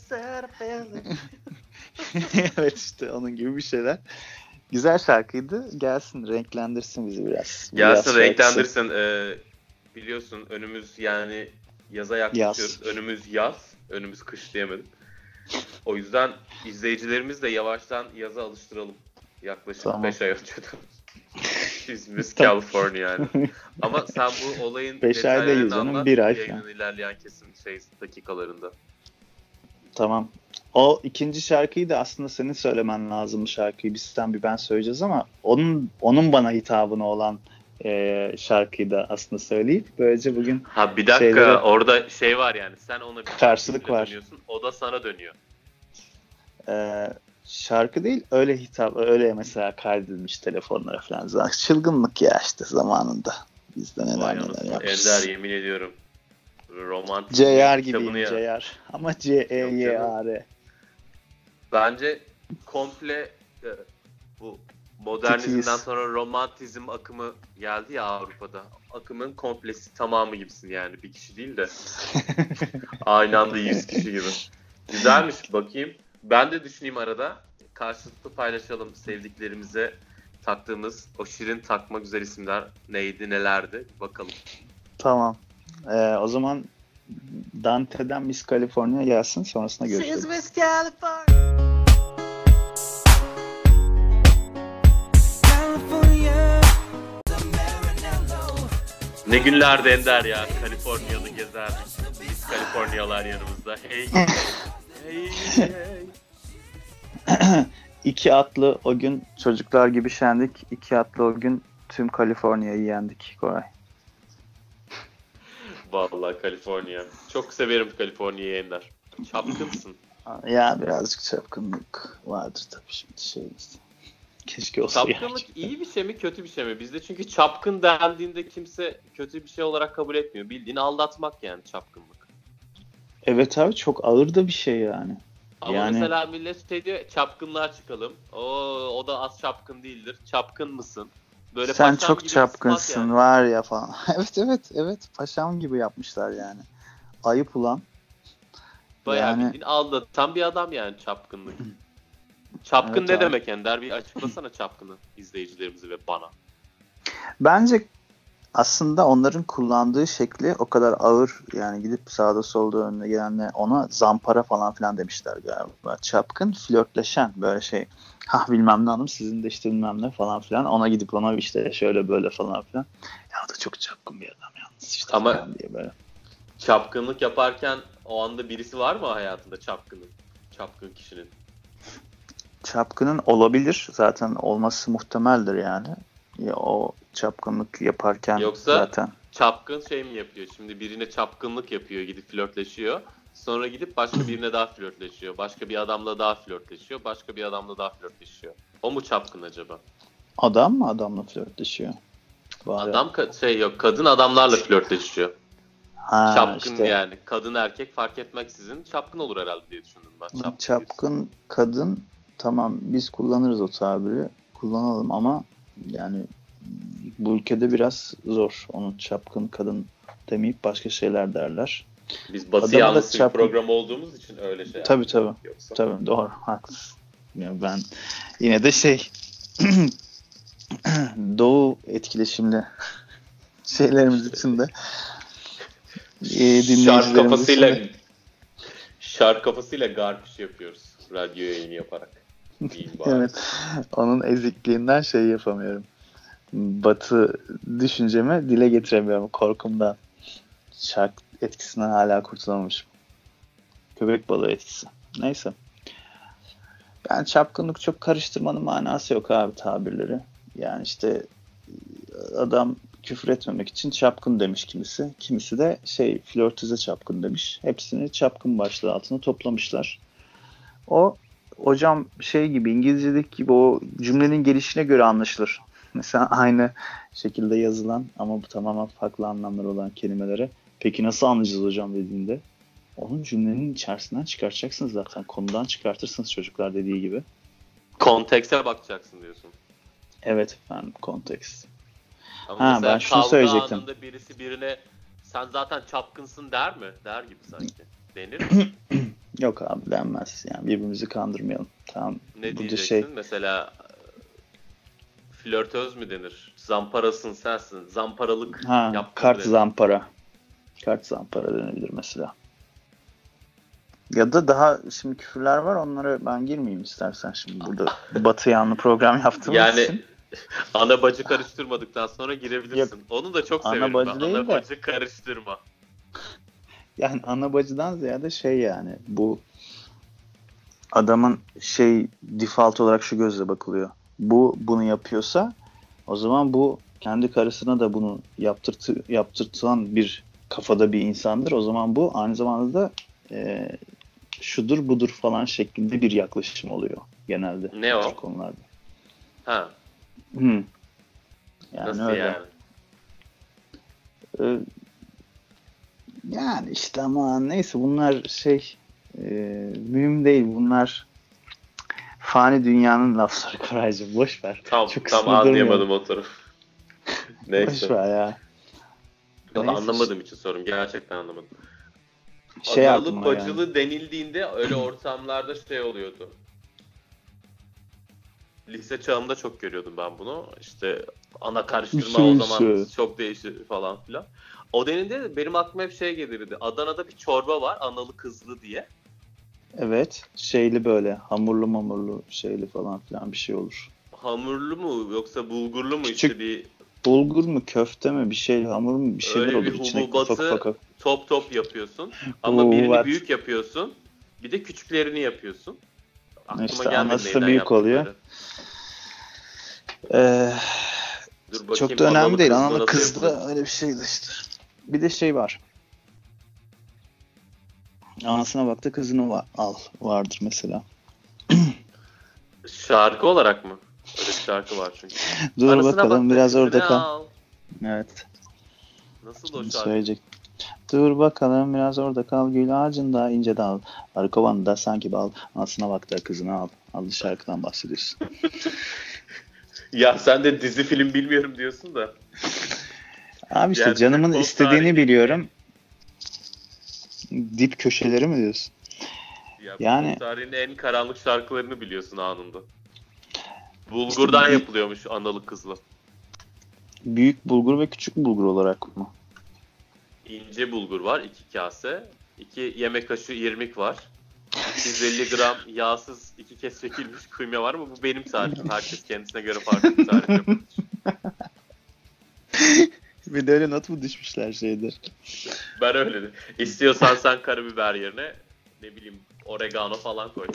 B: Evet işte onun gibi bir şeyler. Güzel şarkıydı. Gelsin renklendirsin bizi biraz.
A: Gelsin renklendirsin. Ee, biliyorsun önümüz yani yaza yaklaşıyoruz. Yaz. Önümüz yaz. Önümüz kış diyemedim. O yüzden izleyicilerimiz de yavaştan yaza alıştıralım. Yaklaşık beş tamam. ay önceden. Miss California yani. Ama sen bu olayın
B: beş ay değil canım, bir ay.
A: Yayının ilerleyen kesim şey dakikalarında.
B: Tamam. O ikinci şarkıyı da aslında senin söylemen lazım şarkıyı. Biz sen bir ben söyleyeceğiz ama onun onun bana hitabına olan e, şarkıyı da aslında söyleyip böylece bugün
A: ha bir dakika şeylere... orada şey var yani sen ona bir
B: karşılık var.
A: Dönüyorsun, o da sana dönüyor.
B: Ee, şarkı değil öyle hitap öyle mesela kaydedilmiş telefonlara falan. Çılgınlık ya işte zamanında. Bizde neler neler yapmışız.
A: Ender yemin ediyorum. Romantik.
B: C R gibiyim C R. Ama C E Y A R.
A: Bence komple e, bu modernizmden sonra romantizm akımı geldi ya Avrupa'da. Akımın komplesi tamamı gibisin yani. Bir kişi değil de aynı anda yüz kişi gibi. Güzelmiş bakayım. Ben de düşüneyim arada. Karşılıklı paylaşalım sevdiklerimize taktığımız o şirin takma güzel isimler neydi nelerdi bakalım.
B: Tamam. Ee, o zaman Dante'den Miss California gelsin sonrasında görüşürüz. Miss California.
A: Ne günlerde Ender ya. Kaliforniyalı gezerdik. Biz Kaliforniyalar yanımızda. Hey hey hey.
B: İki atlı o gün çocuklar gibi şendik. İki atlı o gün tüm Kaliforniya'yı yendik Koray.
A: Vallahi Kaliforniya. Çok severim Kaliforniya'yı Ender. Çapkınsın.
B: Ya birazcık çapkınlık vardır tabii şimdi şeyimizde. Keşke olsa
A: çapkınlık gerçekten. İyi bir şey mi kötü bir şey mi? Bizde çünkü çapkın dendiğinde kimse kötü bir şey olarak kabul etmiyor. Bildiğin aldatmak yani çapkınlık.
B: Evet abi çok ağır da bir şey yani.
A: Ama yani... mesela millet şey diyor çapkınlığa çıkalım. O o da az çapkın değildir. Çapkın mısın? Böyle
B: sen çok çapkınsın yani. Var ya falan. evet evet evet paşam gibi yapmışlar yani. Ayıp ulan.
A: Bayağı yani... bildiğin aldatan bir adam yani çapkınlık. Çapkın evet, ne abi. Demek Ender? Bir açıklasana çapkını izleyicilerimize ve bana.
B: Bence aslında onların kullandığı şekli o kadar ağır yani gidip sağda solda önüne gelenler ona zampara falan filan demişler galiba. Çapkın flörtleşen böyle şey. Ha bilmem ne hanım sizin de işte bilmem ne falan filan. Ona gidip ona işte şöyle böyle falan filan. Ya o da çok çapkın bir adam yalnız işte.
A: Ama diye böyle. Çapkınlık yaparken o anda birisi var mı hayatında çapkının? Çapkın kişinin.
B: Çapkının olabilir. Zaten olması muhtemeldir yani. Ya o çapkınlık yaparken
A: yoksa
B: zaten.
A: Çapkın şey mi yapıyor? Şimdi birine çapkınlık yapıyor, gidip flörtleşiyor. Sonra gidip başka birine daha flörtleşiyor. Başka bir adamla daha flörtleşiyor. Başka bir adamla daha flörtleşiyor. O mu çapkın acaba?
B: Adam mı adamla flörtleşiyor?
A: Bari. Adam ka- şey yok, kadın adamlarla flörtleşiyor.
B: Ha,
A: çapkın
B: işte.
A: Yani. Kadın erkek fark etmeksizin çapkın olur herhalde diye düşündüm ben.
B: Çapkın, çapkın kadın tamam biz kullanırız o tabiri. Kullanalım ama yani bu ülkede biraz zor. Onun çapkın kadın demeyip başka şeyler derler.
A: Biz Batı
B: Adamı da
A: yanlısı bir
B: çarpın.
A: program olduğumuz için öyle şey
B: Tabii
A: yaptık.
B: tabii.
A: Yoksa
B: Tabii doğru. Haklısın. Ya ben yine de şey Doğu etkileşimli şeylerimiz için de e,
A: şark
B: dinleyicilerimiz
A: kafasıyla
B: için de
A: şark kafasıyla garp iş yapıyoruz. Radyo yayını yaparak. Diyeyim bari.
B: evet. Onun ezikliğinden şey yapamıyorum. Batı düşüncemi dile getiremiyorum korkumdan. Şark etkisinden hala kurtulamamışım. Köpek balığı etkisi. Neyse. Yani çapkınlık çok karıştırmanın manası yok abi tabirleri. Yani işte adam küfür etmemek için çapkın demiş kimisi. Kimisi de şey flörtöze çapkın demiş. Hepsini çapkın başlığı altına toplamışlar. O hocam şey gibi İngilizce'deki gibi o cümlenin gelişine göre anlaşılır. Mesela aynı şekilde yazılan ama bu tamamen farklı anlamları olan kelimelere peki nasıl anlayacağız hocam dediğinde onun cümlenin içerisinden çıkartacaksınız zaten. Konudan çıkartırsınız çocuklar dediği gibi.
A: Kontekste bakacaksın diyorsun.
B: Evet efendim kontekst.
A: Ama
B: Ha,
A: mesela
B: ben şunu
A: kavga
B: söyleyecektim.
A: anında birisi birine sen zaten çapkınsın der mi? Der gibi sanki. Denir mi?
B: Yok abi denmez. Yani birbirimizi kandırmayalım. Tamam.
A: Ne
B: Bu da
A: diyeceksin?
B: şey
A: Mesela flörtöz mü denir? Zamparasın sensin. Zamparalık
B: ha,
A: yaptın
B: kart
A: denir.
B: zampara. Kart zampara denebilir mesela. Ya da daha şimdi küfürler var onlara ben girmeyeyim istersen şimdi burada batı yanlı program yaptığımız
A: Yani
B: için.
A: ana bacı karıştırmadıktan sonra girebilirsin.
B: Yok,
A: Onu da çok
B: ana
A: severim
B: bacı
A: ben.
B: değil
A: Ana
B: de-
A: bacı karıştırma.
B: Yani ana bacıdan ziyade şey yani bu adamın şey default olarak şu gözle bakılıyor. Bu bunu yapıyorsa o zaman bu kendi karısına da bunu yaptırtı, yaptırtılan bir kafada bir insandır. O zaman bu aynı zamanda da e, şudur budur falan şeklinde bir yaklaşım oluyor genelde.
A: Ne o?
B: bu tür konularda.
A: Ha.
B: Hı. Yani
A: Nasıl
B: öyle.
A: yani?
B: Ee, yani işte ama neyse bunlar şey e, mühim değil. Bunlar fani dünyanın lafları Koraycığım. Boş ver.
A: Tam,
B: Çok
A: tam
B: kısmı durmayalım.
A: anlayamadım o tarafı.
B: Boş
A: Neyse.
B: ver ya.
A: Yok,
B: Neyse
A: anlamadığım için sorum. Gerçekten anlamadım.
B: Şey
A: Analı
B: aklıma
A: bacılı
B: geldi.
A: denildiğinde öyle ortamlarda şey oluyordu. Lise çağımda çok görüyordum ben bunu. İşte ana karıştırma o
B: Üsü
A: zaman
B: üsü.
A: çok değişti falan filan. O denildiğinde de benim aklıma hep şey gelirdi. Adana'da bir çorba var analı kızlı diye.
B: Evet. Şeyli böyle hamurlu mamurlu şeyli falan filan bir şey olur.
A: Hamurlu mu yoksa bulgurlu mu
B: Küçük
A: işte bir
B: bulgur mu köfte mi bir şey hamur mu bir şeyler
A: öyle
B: olur
A: bir
B: içine ufak
A: hububatı
B: ufak.
A: top top yapıyorsun. Ama birini
B: Hububat.
A: büyük yapıyorsun. Bir de küçüklerini yapıyorsun. Aklıma
B: İşte
A: gelmedi
B: anası
A: neyden
B: da büyük oluyor.
A: yaptıkları.
B: Ee,
A: Dur bakayım,
B: çok da önemli
A: analı
B: değil.
A: kızlı
B: Analı
A: nasıl
B: kızlı
A: yapılır?
B: öyle bir şeydi işte. Bir de şey var. Anasına bak da kızını va- al vardır mesela.
A: Şarkı olarak mı? Öyle bir şarkı var çünkü.
B: Dur
A: Anasına
B: bakalım
A: bak da
B: biraz
A: kızını
B: orada kal.
A: al.
B: Evet.
A: Nasıl o
B: Bunu
A: şarkı?
B: söyleyecek. Dur bakalım biraz orada kal gül ağacında ince dal. Arı kovanında sanki bal. Anasına bak da kızını al. Adlı şarkıdan bahsediyorsun.
A: Ya sen de dizi film bilmiyorum diyorsun da.
B: Abi işte
A: Yani
B: canımın
A: Türk
B: istediğini
A: tarihi-
B: biliyorum. Dip köşeleri mi diyorsun?
A: Ya
B: Yani-
A: yani tarihin en karanlık şarkılarını biliyorsun anında. Bulgurdan
B: İşte bir-
A: yapılıyormuş analı kızlı.
B: Büyük bulgur ve küçük bulgur olarak mı?
A: İnce bulgur var iki kase. iki yemek kaşığı irmik var. iki yüz elli gram yağsız iki kez çekilmiş kıyma var ama bu benim tarifim. Herkes kendisine göre farklı bir tarif yapar.
B: Bir de öyle not mu düşmüşler şeydir?
A: Ben öyle de. İstiyorsan sen karabiber yerine ne bileyim oregano falan koy.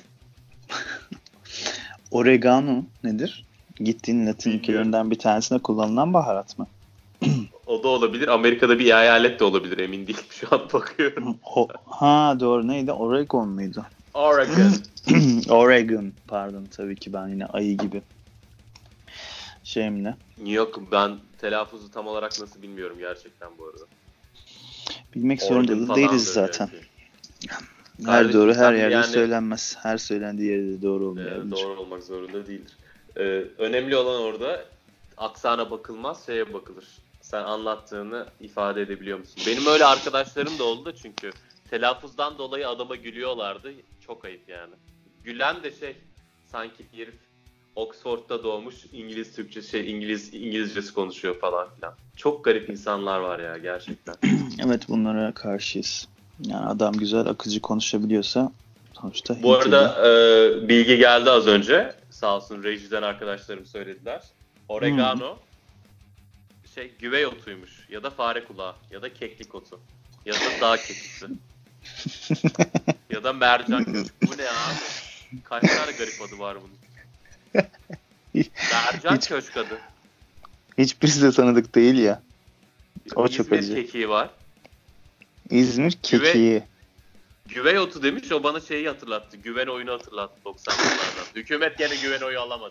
B: Oregano nedir? Gittiğin Latin
A: Bilmiyorum.
B: ülkelerinden bir tanesinde kullanılan baharat mı?
A: O da olabilir. Amerika'da bir eyalet de olabilir. Emin değilim. Şu an bakıyorum.
B: O, ha doğru neydi? Oregon muydu?
A: Oregon.
B: Oregon pardon tabii ki ben yine ayı gibi şeyimle.
A: Yok, ben telaffuzu tam olarak nasıl bilmiyorum gerçekten bu arada.
B: Bilmek
A: Oregon
B: zorunda da
A: falandır
B: değiliz zaten.
A: belki.
B: Her
A: Kardeşim,
B: doğru her
A: sen
B: yerde
A: yani-
B: söylenmez. Her söylendiği yerde de doğru
A: Ee,
B: olmayabilir.
A: doğru olmak zorunda değildir. Ee, önemli olan orada aksana bakılmaz, şeye bakılır. Sen anlattığını ifade edebiliyor musun? Benim öyle arkadaşlarım da oldu çünkü telaffuzdan dolayı adama gülüyorlardı. Çok ayıp yani. Gülen de şey sanki bir herif Oxford'da doğmuş İngiliz Türkçe şey İngiliz İngilizcesi konuşuyor falan filan. Çok garip insanlar var ya gerçekten.
B: Evet, bunlara karşıyız. Yani adam güzel akıcı konuşabiliyorsa sonuçta
A: Bu
B: Hintli.
A: arada e, bilgi geldi az önce. Sağ olsun rejiden arkadaşlarım söylediler. Oregano hmm. şey güvey otuymuş ya da fare kulağı ya da keklik otu ya da dağ kekisi ya da mercan köşkü. Bu ne abi? Kaç tane garip adı var bunun? Mercan Hiç, köşk adı.
B: Hiçbirisi de tanıdık değil ya. O
A: İzmir
B: çok acı.
A: kekiği var.
B: İzmir kekiği. Güvey,
A: güvey otu demiş, o bana şeyi hatırlattı. Güven oyunu hatırlattı doksanlardan. Hükümet gene güven oyu alamadı.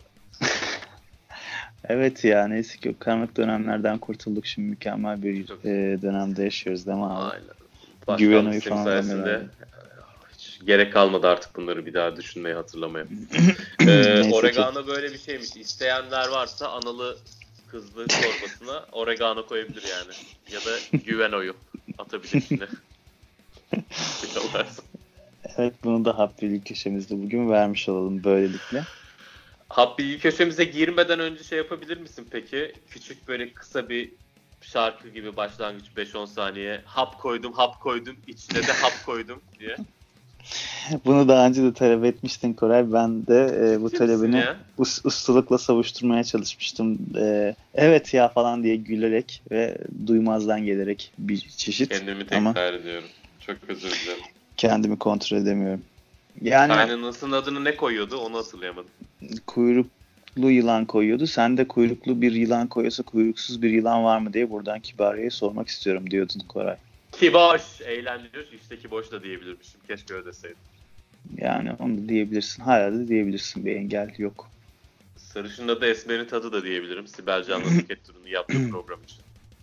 B: Evet ya, neyse ki o karanlık dönemlerden kurtulduk. Şimdi mükemmel bir e, dönemde yaşıyoruz değil mi abi?
A: Aynen. Güven oyu falan sayesinde hiç gerek kalmadı artık bunları bir daha düşünmeye, hatırlamaya. ee, oregano böyle bir şeymiş. İsteyenler varsa analı kızlı çorbasına oregano koyabilir yani. Ya da güven oyu atabilir içine.
B: Evet, bunu da Hap Bilgi köşemizde bugün vermiş olalım böylelikle.
A: Hap Bilgi köşemize girmeden önce şey yapabilir misin peki? Küçük böyle kısa bir şarkı gibi başlangıç beş on saniye. Hap koydum, hap koydum, içine de hap koydum diye.
B: Bunu daha önce de talep etmiştin Koray. Ben de e, bu talebini us- ustalıkla savuşturmaya çalışmıştım. E, evet ya falan diye gülerek ve duymazdan gelerek bir çeşit.
A: Kendimi tekrar Ama ediyorum. Çok özür dilerim.
B: Kendimi kontrol edemiyorum. Yani
A: kaynanasının adını ne koyuyordu onu hatırlayamadım.
B: Kuyruklu yılan koyuyordu. Sen de kuyruklu bir yılan koyuyorsa kuyruksuz bir yılan var mı diye buradan Kibariye'ye sormak istiyorum diyordun Koray.
A: Kiboş, eğlendiriyor. İşte Kiboş da diyebilirmişim. Keşke öyle deseydim.
B: Yani onu da diyebilirsin. Hala da diyebilirsin. Bir engel yok.
A: Sarışın adı Esmer'in tadı da diyebilirim. Sibel Can'la Buket turunu yaptığı program için.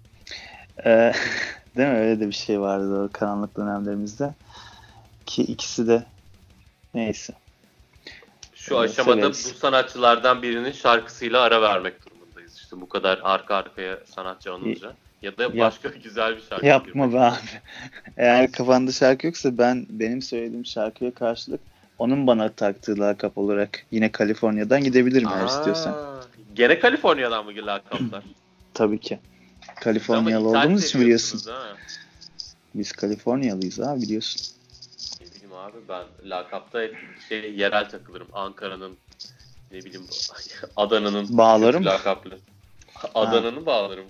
B: Ee, değil mi? Öyle de bir şey vardı o karanlık dönemlerimizde. Ki ikisi de neyse.
A: Şu evet, aşamada severiz. Bu sanatçılardan birinin şarkısıyla ara vermek durumundayız. İşte bu kadar arka arkaya sanatçı anılınca. Ya da başka Yap, güzel bir şarkı.
B: Yapma be abi. Eğer kafanda şarkı yoksa ben benim söylediğim şarkıya karşılık onun bana taktığı lakap olarak yine Kaliforniya'dan gidebilirim Aa, eğer istiyorsan.
A: Gene Kaliforniya'dan mı lakaplar?
B: Tabii ki. Kaliforniyalı olduğumuz için biliyorsun. Ha? Biz Kaliforniyalıyız abi, biliyorsun.
A: Ne bileyim abi, ben lakapta şey yerel takılırım. Ankara'nın, ne bileyim Adana'nın
B: bağlarım.
A: Lakaplı. Adana'nın bağlarım.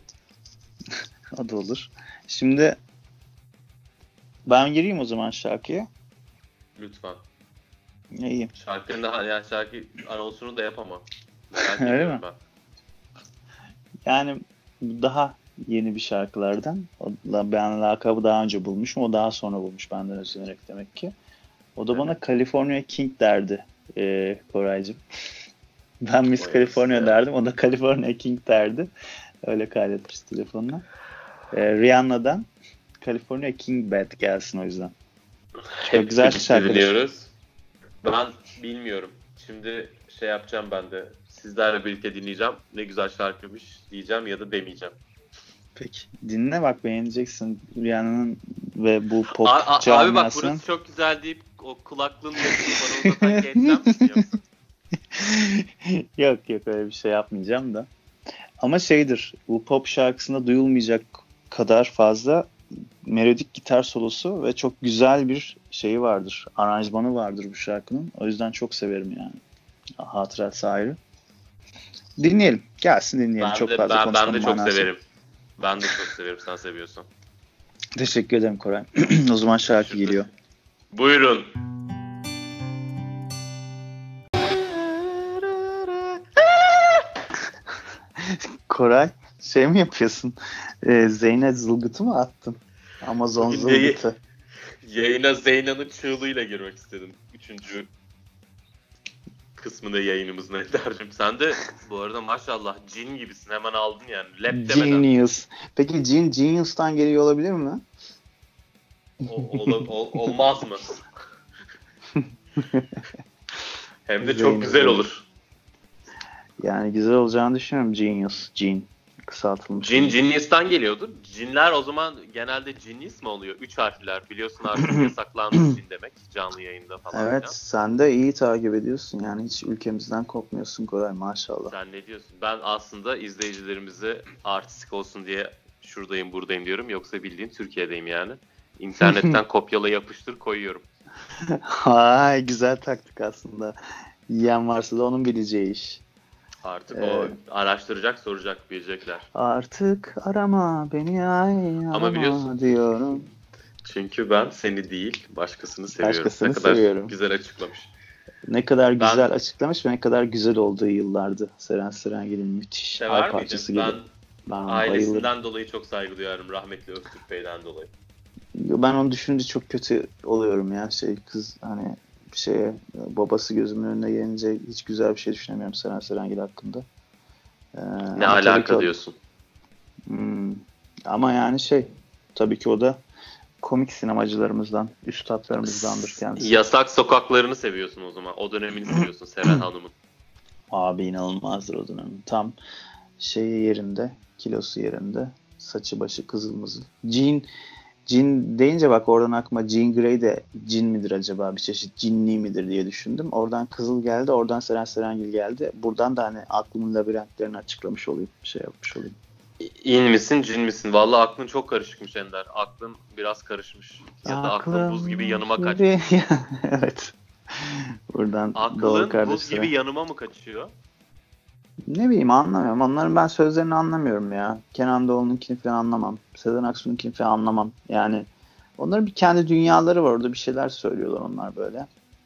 B: O da olur. Şimdi ben gireyim o zaman şarkıya.
A: Lütfen.
B: İyi.
A: Şarkının da yani şarkı anonsunu da yapamam.
B: Öyle mi? Ben. Yani daha yeni bir şarkılardan. Ben lakabı daha önce bulmuşum. O daha sonra bulmuş benden özenerek demek ki. O da evet. Bana California King derdi e, Koraycığım. Ben Miss o California yes, derdim. O da California King derdi. Öyle kaydetmiş telefonuna. Ee, Rihanna'dan California King Bad gelsin o yüzden. Çok
A: hep
B: güzel şarkı.
A: Dinliyoruz. Ben bilmiyorum. Şimdi şey yapacağım ben de. Sizlerle birlikte dinleyeceğim. Ne güzel şarkıymış diyeceğim ya da demeyeceğim.
B: Peki. Dinle bak, beğeneceksin. Rihanna'nın ve bu pop
A: a- a-
B: camiasının.
A: Abi bak burası çok güzel deyip o kulaklığın yakını bana uzatan geçeceğim misin yoksa?
B: Yok yok, öyle bir şey yapmayacağım da. Ama şeydir, bu pop şarkısında duyulmayacak kadar fazla melodik gitar solosu ve çok güzel bir şeyi vardır. Aranjmanı vardır bu şarkının. O yüzden çok severim yani. Hatırası ayrı. Dinleyelim. Gelsin dinleyelim.
A: Ben
B: çok
A: de,
B: fazla
A: ben, ben de çok
B: manası.
A: severim. Ben de çok severim. Sen seviyorsan.
B: Teşekkür ederim Koray. O zaman şarkı geliyor.
A: Buyurun.
B: Koray, şey mi yapıyorsun? Ee, Zeynep zılgıtı mı attın? Amazon zılgıtı.
A: Yayına Zeyna'nın çığlığıyla girmek istedim. Üçüncü kısmında yayınımızın Ender'cim. Sen de bu arada maşallah cin gibisin. Hemen aldın yani. Lep demeden.
B: Genius. Peki cin Genius'tan geliyor olabilir mi?
A: O, ol, ol, olmaz mı? Hem de çok güzel olur.
B: Yani güzel olacağını düşünüyorum. Genius, Gene. kısaltılmış.
A: Cin, Genius'tan geliyordur. Cinler o zaman genelde Genius mi oluyor? Üç harfler. Biliyorsun artık yasaklandı cin demek. Canlı yayında falan.
B: Evet,
A: Ya.
B: sen de iyi takip ediyorsun. Yani hiç ülkemizden kopmuyorsun Koray, maşallah.
A: Sen ne diyorsun? Ben aslında izleyicilerimize artistik olsun diye şuradayım buradayım diyorum. Yoksa bildiğin Türkiye'deyim yani. İnternetten kopyala yapıştır koyuyorum.
B: Ay, güzel taktik aslında. Yiyen varsa da onun bileceği iş.
A: Artık
B: Ee,
A: o araştıracak, soracak, bilecekler.
B: Artık arama beni, ay arama
A: Ama biliyorsun,
B: diyorum.
A: çünkü ben seni değil, başkasını seviyorum.
B: Başkasını
A: Ne kadar
B: seviyorum.
A: güzel açıklamış.
B: Ne kadar
A: Ben-
B: güzel açıklamış ve ne kadar güzel olduğu yıllardı. Seren Serengil'in müthiş
A: Sever
B: ay
A: miydin?
B: parçası gibi.
A: Ben
B: Ben ona bayılırım.
A: ailesinden dolayı çok saygı duyarım. Rahmetli Öztürk Bey'den dolayı.
B: Ben onu düşününce çok kötü oluyorum ya. Şey, kız hani bir şeye, babası gözümün önüne gelince hiç güzel bir şey düşünemiyorum Seren Serengil hakkında. Ee,
A: Ne
B: ama tabii
A: alaka
B: ki o-
A: diyorsun?
B: Hmm. Ama yani şey, tabii ki o da komik sinemacılarımızdan, üstadlarımızdandır kendisi.
A: Yasak sokaklarını seviyorsun o zaman. O dönemini seviyorsun Seren Hanım'ın.
B: Abi inanılmazdır o dönem. Tam şeyi yerinde, kilosu yerinde, saçı başı kızılmızıl. Jean, Jean deyince bak oradan aklıma Jean Grey de cin midir acaba, bir çeşit cinli midir diye düşündüm. Oradan Kızıl geldi, oradan Seren Serengil geldi. Buradan da hani aklımın labirentlerini açıklamış olayım, bir şey yapmış olayım.
A: İn misin, cin misin? Vallahi aklın çok karışıkmış Ender. Aklın biraz karışmış. Ya da aklın buz gibi yanıma kaç.
B: gibi- Evet. Buradan Doğu
A: Aklın buz
B: kardeşlere.
A: gibi yanıma mı kaçıyor?
B: Ne bileyim, anlamıyorum. Onların ben sözlerini anlamıyorum ya. Kenan Doğulu'nunkini falan anlamam. Sezen Aksu'nunkini falan anlamam. Yani onların bir kendi dünyaları var. Orada bir şeyler söylüyorlar onlar böyle.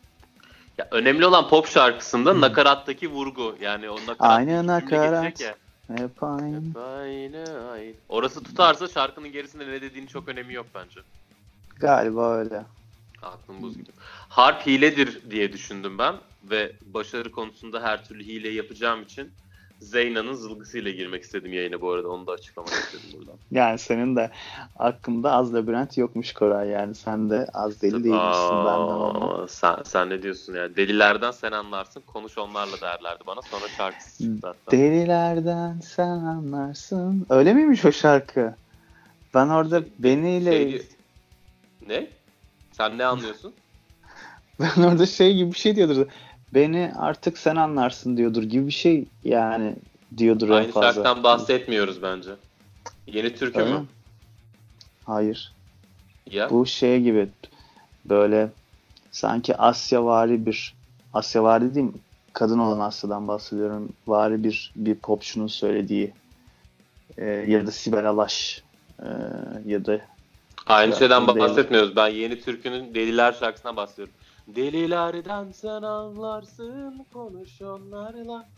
A: Ya önemli olan pop şarkısında nakarattaki vurgu. Yani o nakarat
B: Aynı
A: iki cümle
B: nakarat.
A: geçecek ya.
B: Hep aynı.
A: Hep aynı, aynı. Orası tutarsa şarkının gerisinde ne dediğini çok önemi yok bence.
B: Galiba öyle.
A: Aklım buz gibi. Harp hiledir diye düşündüm ben ve başarı konusunda her türlü hile yapacağım için Zeyna'nın zılgısıyla girmek istedim yayına bu arada. Onu da açıklamak istedim buradan.
B: Yani senin de aklında az labirent yokmuş Koray, yani sen de az deli değilmişsin benden olma.
A: Aa, sen, sen ne diyorsun ya? Delilerden sen anlarsın, konuş onlarla derlerdi bana. Sonra şarkısı çıktı hatta.
B: Delilerden sen anlarsın. Öyle miymiş o şarkı? Ben orada beniyle...
A: Şey- ne? Sen ne anlıyorsun?
B: Ben orada şey gibi bir şey diyordur. Beni artık sen anlarsın diyordur gibi bir şey yani, diyordur en
A: Aynı
B: fazla.
A: şarkıdan bahsetmiyoruz bence. Yeni türkü
B: Öyle
A: mü?
B: mi? Hayır.
A: Ya.
B: Bu şey gibi, böyle sanki Asyavari bir, Asyavari değil mi? Kadın olan Asya'dan bahsediyorum. Vari bir bir popçunun söylediği e, ya da Sibel Alaş e, ya da
A: Aynı
B: Ya,
A: şeyden
B: değil.
A: bahsetmiyoruz. Ben yeni türkünün Deliler şarkısından bahsediyorum. Delilerden sen anlarsın, konuş onlarla.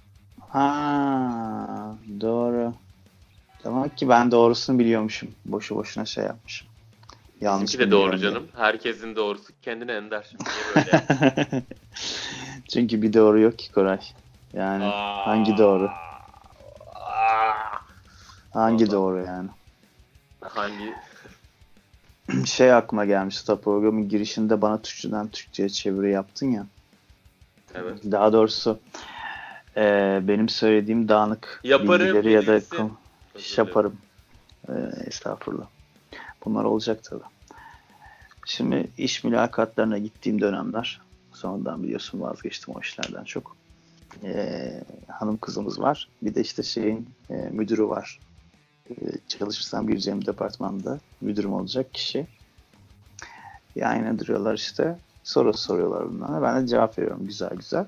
B: ha doğru. Demek ki ben doğrusunu biliyormuşum. Boşu boşuna şey yapmışım. Yanlış
A: Bizimki de doğru
B: biliyorum
A: canım. Herkesin doğrusu kendine Ender. Şimdi niye böyle yaptın?
B: diye. Çünkü bir doğru yok ki Koray. Yani
A: Aa.
B: hangi doğru?
A: Aa.
B: Hangi
A: Vallahi.
B: doğru yani?
A: Hangi?
B: Şey aklıma gelmişti, programın girişinde bana Türkçeden Türkçe'ye çeviri yaptın ya.
A: Evet.
B: Daha doğrusu e, benim söylediğim dağınık
A: Yaparım
B: bilgileri ya da
A: bilirsin.
B: kom-
A: Özür
B: iş
A: dilerim.
B: yaparım. E, estağfurullah. Bunlar olacak tabii. Şimdi iş mülakatlarına gittiğim dönemler, sonradan biliyorsun vazgeçtim o işlerden çok. E, hanım kızımız var. Bir de işte şeyin e, müdürü var. E, çalışırsam gireceğim departmanda müdürüm olacak kişi. Yan yana duruyorlar işte. Soru soruyorlar bunlara. Ben de cevap veriyorum güzel güzel.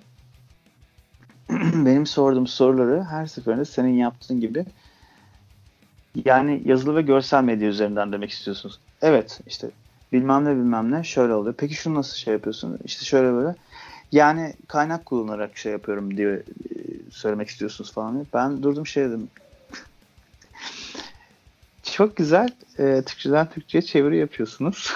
B: Benim sorduğum soruları her seferinde senin yaptığın gibi, yani yazılı ve görsel medya üzerinden demek istiyorsunuz. Evet işte bilmem ne bilmem ne şöyle oluyor. Peki şunu nasıl şey yapıyorsun? İşte şöyle böyle. Yani kaynak kullanarak şey yapıyorum diye e, söylemek istiyorsunuz falan. Ben durdum şey dedim. Çok güzel e, Türkçeden Türkçe'ye çeviri yapıyorsunuz.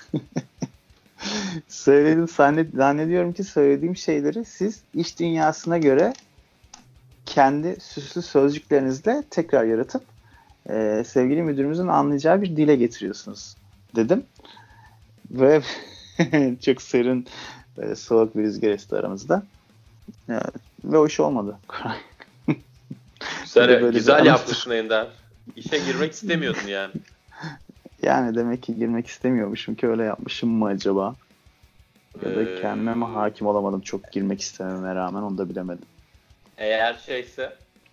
B: Söyledim, zannet, zannediyorum ki söylediğim şeyleri siz iş dünyasına göre kendi süslü sözcüklerinizle tekrar yaratıp e, sevgili müdürümüzün anlayacağı bir dile getiriyorsunuz dedim. Ve çok serin, böyle soğuk bir rüzgar esti aramızda. Evet. Ve o iş olmadı.
A: Güzel,
B: böyle
A: güzel
B: bir
A: yapmışsın Ender. İşe girmek istemiyordun yani.
B: Yani demek ki girmek istemiyormuşum ki öyle yapmışım mı acaba? Ya da
A: Ee,
B: kendime mi hakim olamadım çok girmek istememe rağmen, onu da bilemedim.
A: Eğer şeyse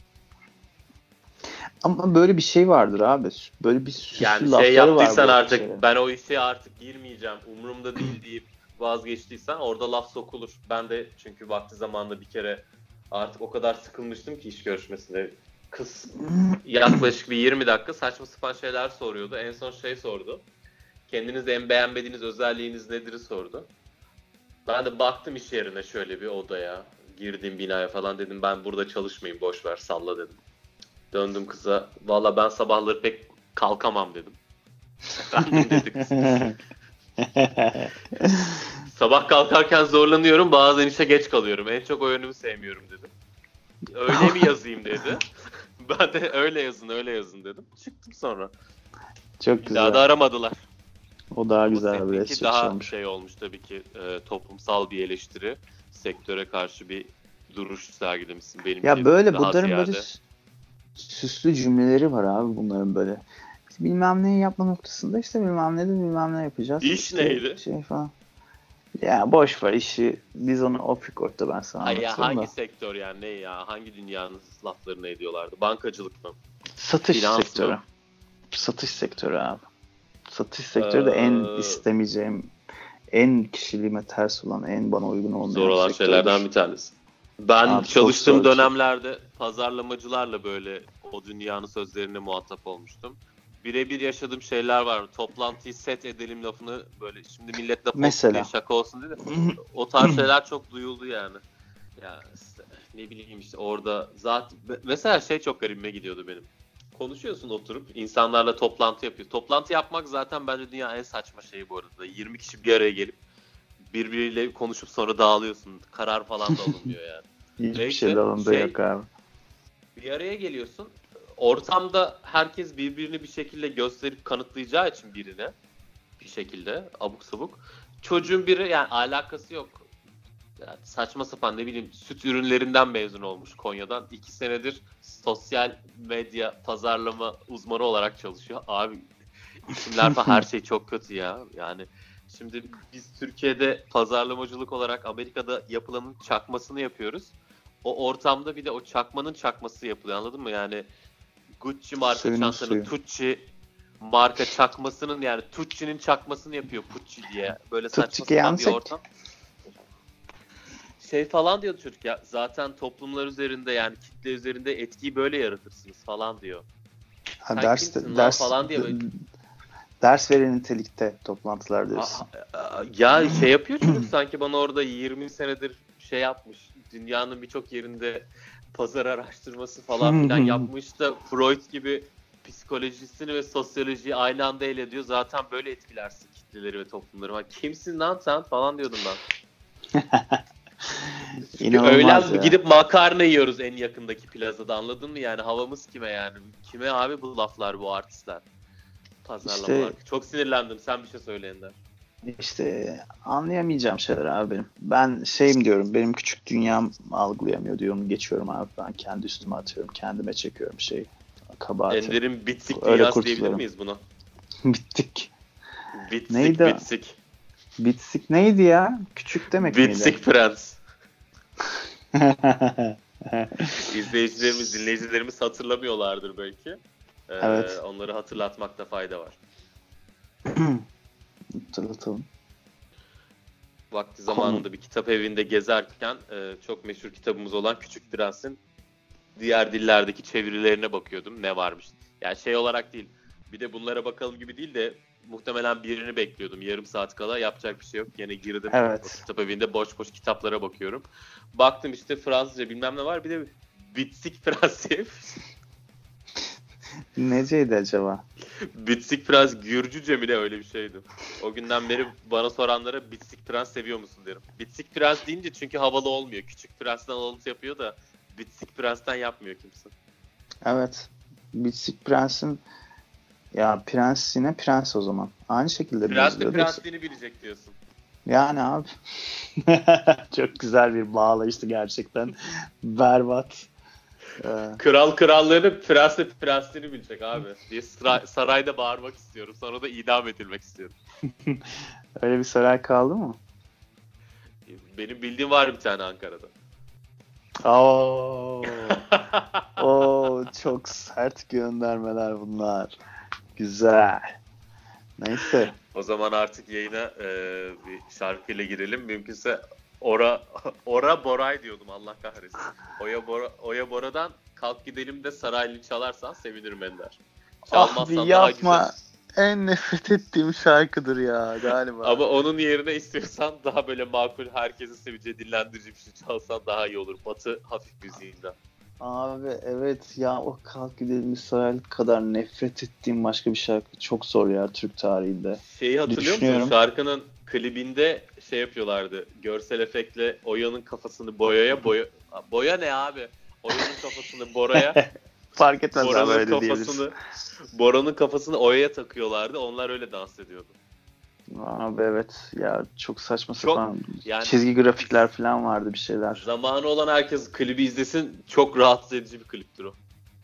B: Ama böyle bir şey vardır abi. Böyle bir
A: yani
B: süslü
A: şey
B: lafları var
A: yaptıysan
B: bu
A: artık
B: şeylerin.
A: ben o işe artık girmeyeceğim umurumda değil deyip vazgeçtiysen orada laf sokulur. Ben de çünkü vakti zamanında bir kere artık o kadar sıkılmıştım ki iş görüşmesinde. Kız yaklaşık bir yirmi dakika saçma sapan şeyler soruyordu. En son şey sordu. Kendinizde en beğenmediğiniz özelliğiniz nedir sordu. Ben de baktım iş yerine şöyle bir odaya, girdiğim binaya falan, dedim ben burada çalışmayayım, boş ver salla dedim. Döndüm kıza, valla ben sabahları pek kalkamam dedim. Efendim dedi kız. Sabah kalkarken zorlanıyorum, bazen işe geç kalıyorum. En çok o yönümü sevmiyorum dedim. Öyle mi yazayım dedi. Ben de öyle yazın öyle yazın dedim. Çıktım sonra.
B: Çok
A: Bir
B: güzel.
A: daha da aramadılar.
B: O daha
A: Ama
B: güzel bir
A: seninki
B: resim
A: daha
B: olmuş.
A: şey olmuş tabii ki, e, toplumsal bir eleştiri. Sektöre karşı bir duruş sergilemişsin. Benimki
B: Ya böyle
A: daha
B: bunların böyle
A: ziyade.
B: sü- süslü cümleleri var abi, bunların böyle. İşte bilmem neyi yapma noktasında işte bilmem ne de bilmem ne yapacağız.
A: İş
B: İşte
A: neydi?
B: Şey falan. Ya boş ver işi. Biz onu off record'da ben sana
A: Ha ya,
B: anlatırım
A: hangi
B: da.
A: sektör yani, ne ya? Hangi dünyanın laflarını ediyorlardı? Bankacılık mı?
B: Satış
A: Finans
B: sektörü.
A: mı?
B: Satış sektörü abi. Satış sektörü de en
A: Ee,
B: istemeyeceğim, en kişiliğime ters olan, en bana uygun
A: Zor
B: olmayan
A: olan şeylerden
B: sektördür.
A: bir tanesi. Ben
B: Abi çok
A: çalıştığım
B: zor bir şey.
A: dönemlerde pazarlamacılarla böyle o dünyanın sözlerine muhatap olmuştum. Birebir yaşadığım şeyler var. Toplantıyı set edelim lafını böyle, şimdi millet laf olsun diye,
B: Mesela.
A: şaka olsun diye de o tarz şeyler çok duyuldu yani. Ya işte, ne bileyim işte orada zaten mesela şey çok garibime gidiyordu benim. Konuşuyorsun oturup insanlarla toplantı yapıyor. Toplantı yapmak zaten bence dünya en saçma şeyi bu arada. yirmi kişi bir araya gelip birbiriyle konuşup sonra dağılıyorsun. Karar falan da alınmıyor yani.
B: Hiçbir şey de
A: Neyse
B: alında
A: şey,
B: yok abi.
A: bir araya geliyorsun. Ortamda herkes birbirini bir şekilde gösterip kanıtlayacağı için birine bir şekilde abuk sabuk. Çocuğun biri yani alakası yok. Yani saçma sapan ne bileyim süt ürünlerinden mezun olmuş Konya'dan. iki senedir sosyal medya pazarlama uzmanı olarak çalışıyor. Abi isimler falan her şey çok kötü ya. Yani şimdi biz Türkiye'de pazarlamacılık olarak Amerika'da yapılanın çakmasını yapıyoruz. O ortamda bir de o çakmanın çakması yapılıyor, anladın mı? Yani Gucci marka
B: Suyunun
A: çantanın
B: suyu.
A: Tucci marka çakmasının, yani Tucci'nin çakmasını yapıyor Pucci diye. Böyle saçma
B: Tutti
A: sapan bir
B: Giansek.
A: ortam. Şey falan diyordu çocuk ya, zaten toplumlar üzerinde yani kitle üzerinde etkiyi böyle yaratırsınız falan diyor.
B: Ha,
A: Sen
B: ders
A: kimsin lan
B: ders
A: falan diye böyle.
B: ders veren nitelikte toplantılar
A: A-
B: diyorsun.
A: a- Ya şey yapıyor çocuk sanki bana orada yirmi senedir şey yapmış. Dünyanın birçok yerinde pazar araştırması falan filan yapmış da Freud gibi psikolojisini ve sosyolojiyi aynı anda ele ediyor. Zaten böyle etkilersin kitleleri ve toplumları. Ha, kimsin lan sen falan diyordum ben. Çünkü
B: İnanılmaz
A: öğlen
B: ya.
A: gidip makarna yiyoruz en yakındaki plazada, anladın mı? Yani havamız kime yani? Kime abi bu laflar, bu artistler? Pazarlamalar.
B: İşte
A: Çok sinirlendim. Sen bir şey söyle Ender.
B: işte anlayamayacağım şeyler abi benim. Ben şeyim diyorum, benim küçük dünyam algılayamıyor diyorum. Geçiyorum abi, ben kendi üstüme atıyorum. Kendime çekiyorum şey kabahati.
A: Ender'in bitsik
B: Öyle
A: dünyası diyebilir
B: kurtuluyorum.
A: miyiz buna?
B: Bittik.
A: Bitsik
B: Neydi o?
A: bitsik.
B: Bitsik neydi ya? Küçük demek miydi?
A: Bitsik prens. İzleyicilerimiz, dinleyicilerimiz hatırlamıyorlardır belki. Ee,
B: Evet.
A: Onları hatırlatmakta fayda var.
B: Hatırlatalım.
A: Vakti zamanında bir kitap evinde gezerken e, çok meşhur kitabımız olan Küçük Prens'in diğer dillerdeki çevirilerine bakıyordum. Ne varmış? Yani şey olarak değil. Bir de bunlara bakalım gibi değil de muhtemelen birini bekliyordum. Yarım saat kala yapacak bir şey yok. Yine girdim
B: Evet.
A: o kitap evinde boş boş kitaplara bakıyorum. Baktım işte Fransızca bilmem ne var. Bir de Bitsik Prens diye.
B: Neceydi acaba?
A: Bitsik Prens Gürcüce mi ne, öyle bir şeydi. O günden beri bana soranlara Bitsik Prens seviyor musun derim. Bitsik Prens deyince çünkü havalı olmuyor. Küçük Prens'ten alıntı yapıyor da Bitsik Prens'ten yapmıyor kimse.
B: Evet. Bitsik Prens'in, ya prens yine prens o zaman. Aynı şekilde
A: Prens de
B: benziyor.
A: prensliğini bilecek diyorsun.
B: Yani abi. Çok güzel bir bağlayıştı gerçekten. Berbat. Ee,
A: Kral krallığını, prens de prensliğini bilecek abi. Diye saray- sarayda bağırmak istiyorum. Sonra da idam edilmek istiyorum.
B: Öyle bir saray kaldı mı?
A: Benim bildiğim var bir tane Ankara'da.
B: Oo, oo, çok sert göndermeler bunlar. Güzel. Neyse.
A: O zaman artık yayına e, bir şarkıyla girelim. Mümkünse Ora Ora Boray diyordum, Allah kahretsin. Oya Bora, Oya Bora'dan Kalk Gidelim de Saraylı çalarsan sevinirim Ender.
B: Ah
A: Çalmazsan
B: bir
A: daha
B: yapma.
A: güzel.
B: En nefret ettiğim şarkıdır ya galiba.
A: Ama onun yerine istiyorsan daha böyle makul, herkesin seveceği dillendirici bir şey çalsan daha iyi olur. Batı hafif müziğinden.
B: Abi evet ya, o Kalk Gidelim Saraylı kadar nefret ettiğim başka bir şarkı çok zor ya Türk tarihinde.
A: Şeyi hatırlıyor musun?
B: Düşünüyorum.
A: Şarkının klibinde şey yapıyorlardı. Görsel efektle Oya'nın kafasını boyaya boya... Boya ne abi? Oya'nın kafasını Bora'ya,
B: Fark etmez abi,
A: Bora'nın
B: öyle diyebiliriz.
A: kafasını Bora'nın kafasını Oya'ya takıyorlardı. Onlar öyle dans ediyordu.
B: Abi evet ya, çok saçma
A: Çok,
B: sapan
A: yani
B: çizgi grafikler falan vardı, bir şeyler.
A: zamanı olan herkes klibi izlesin. Çok rahatsız edici bir kliptir o.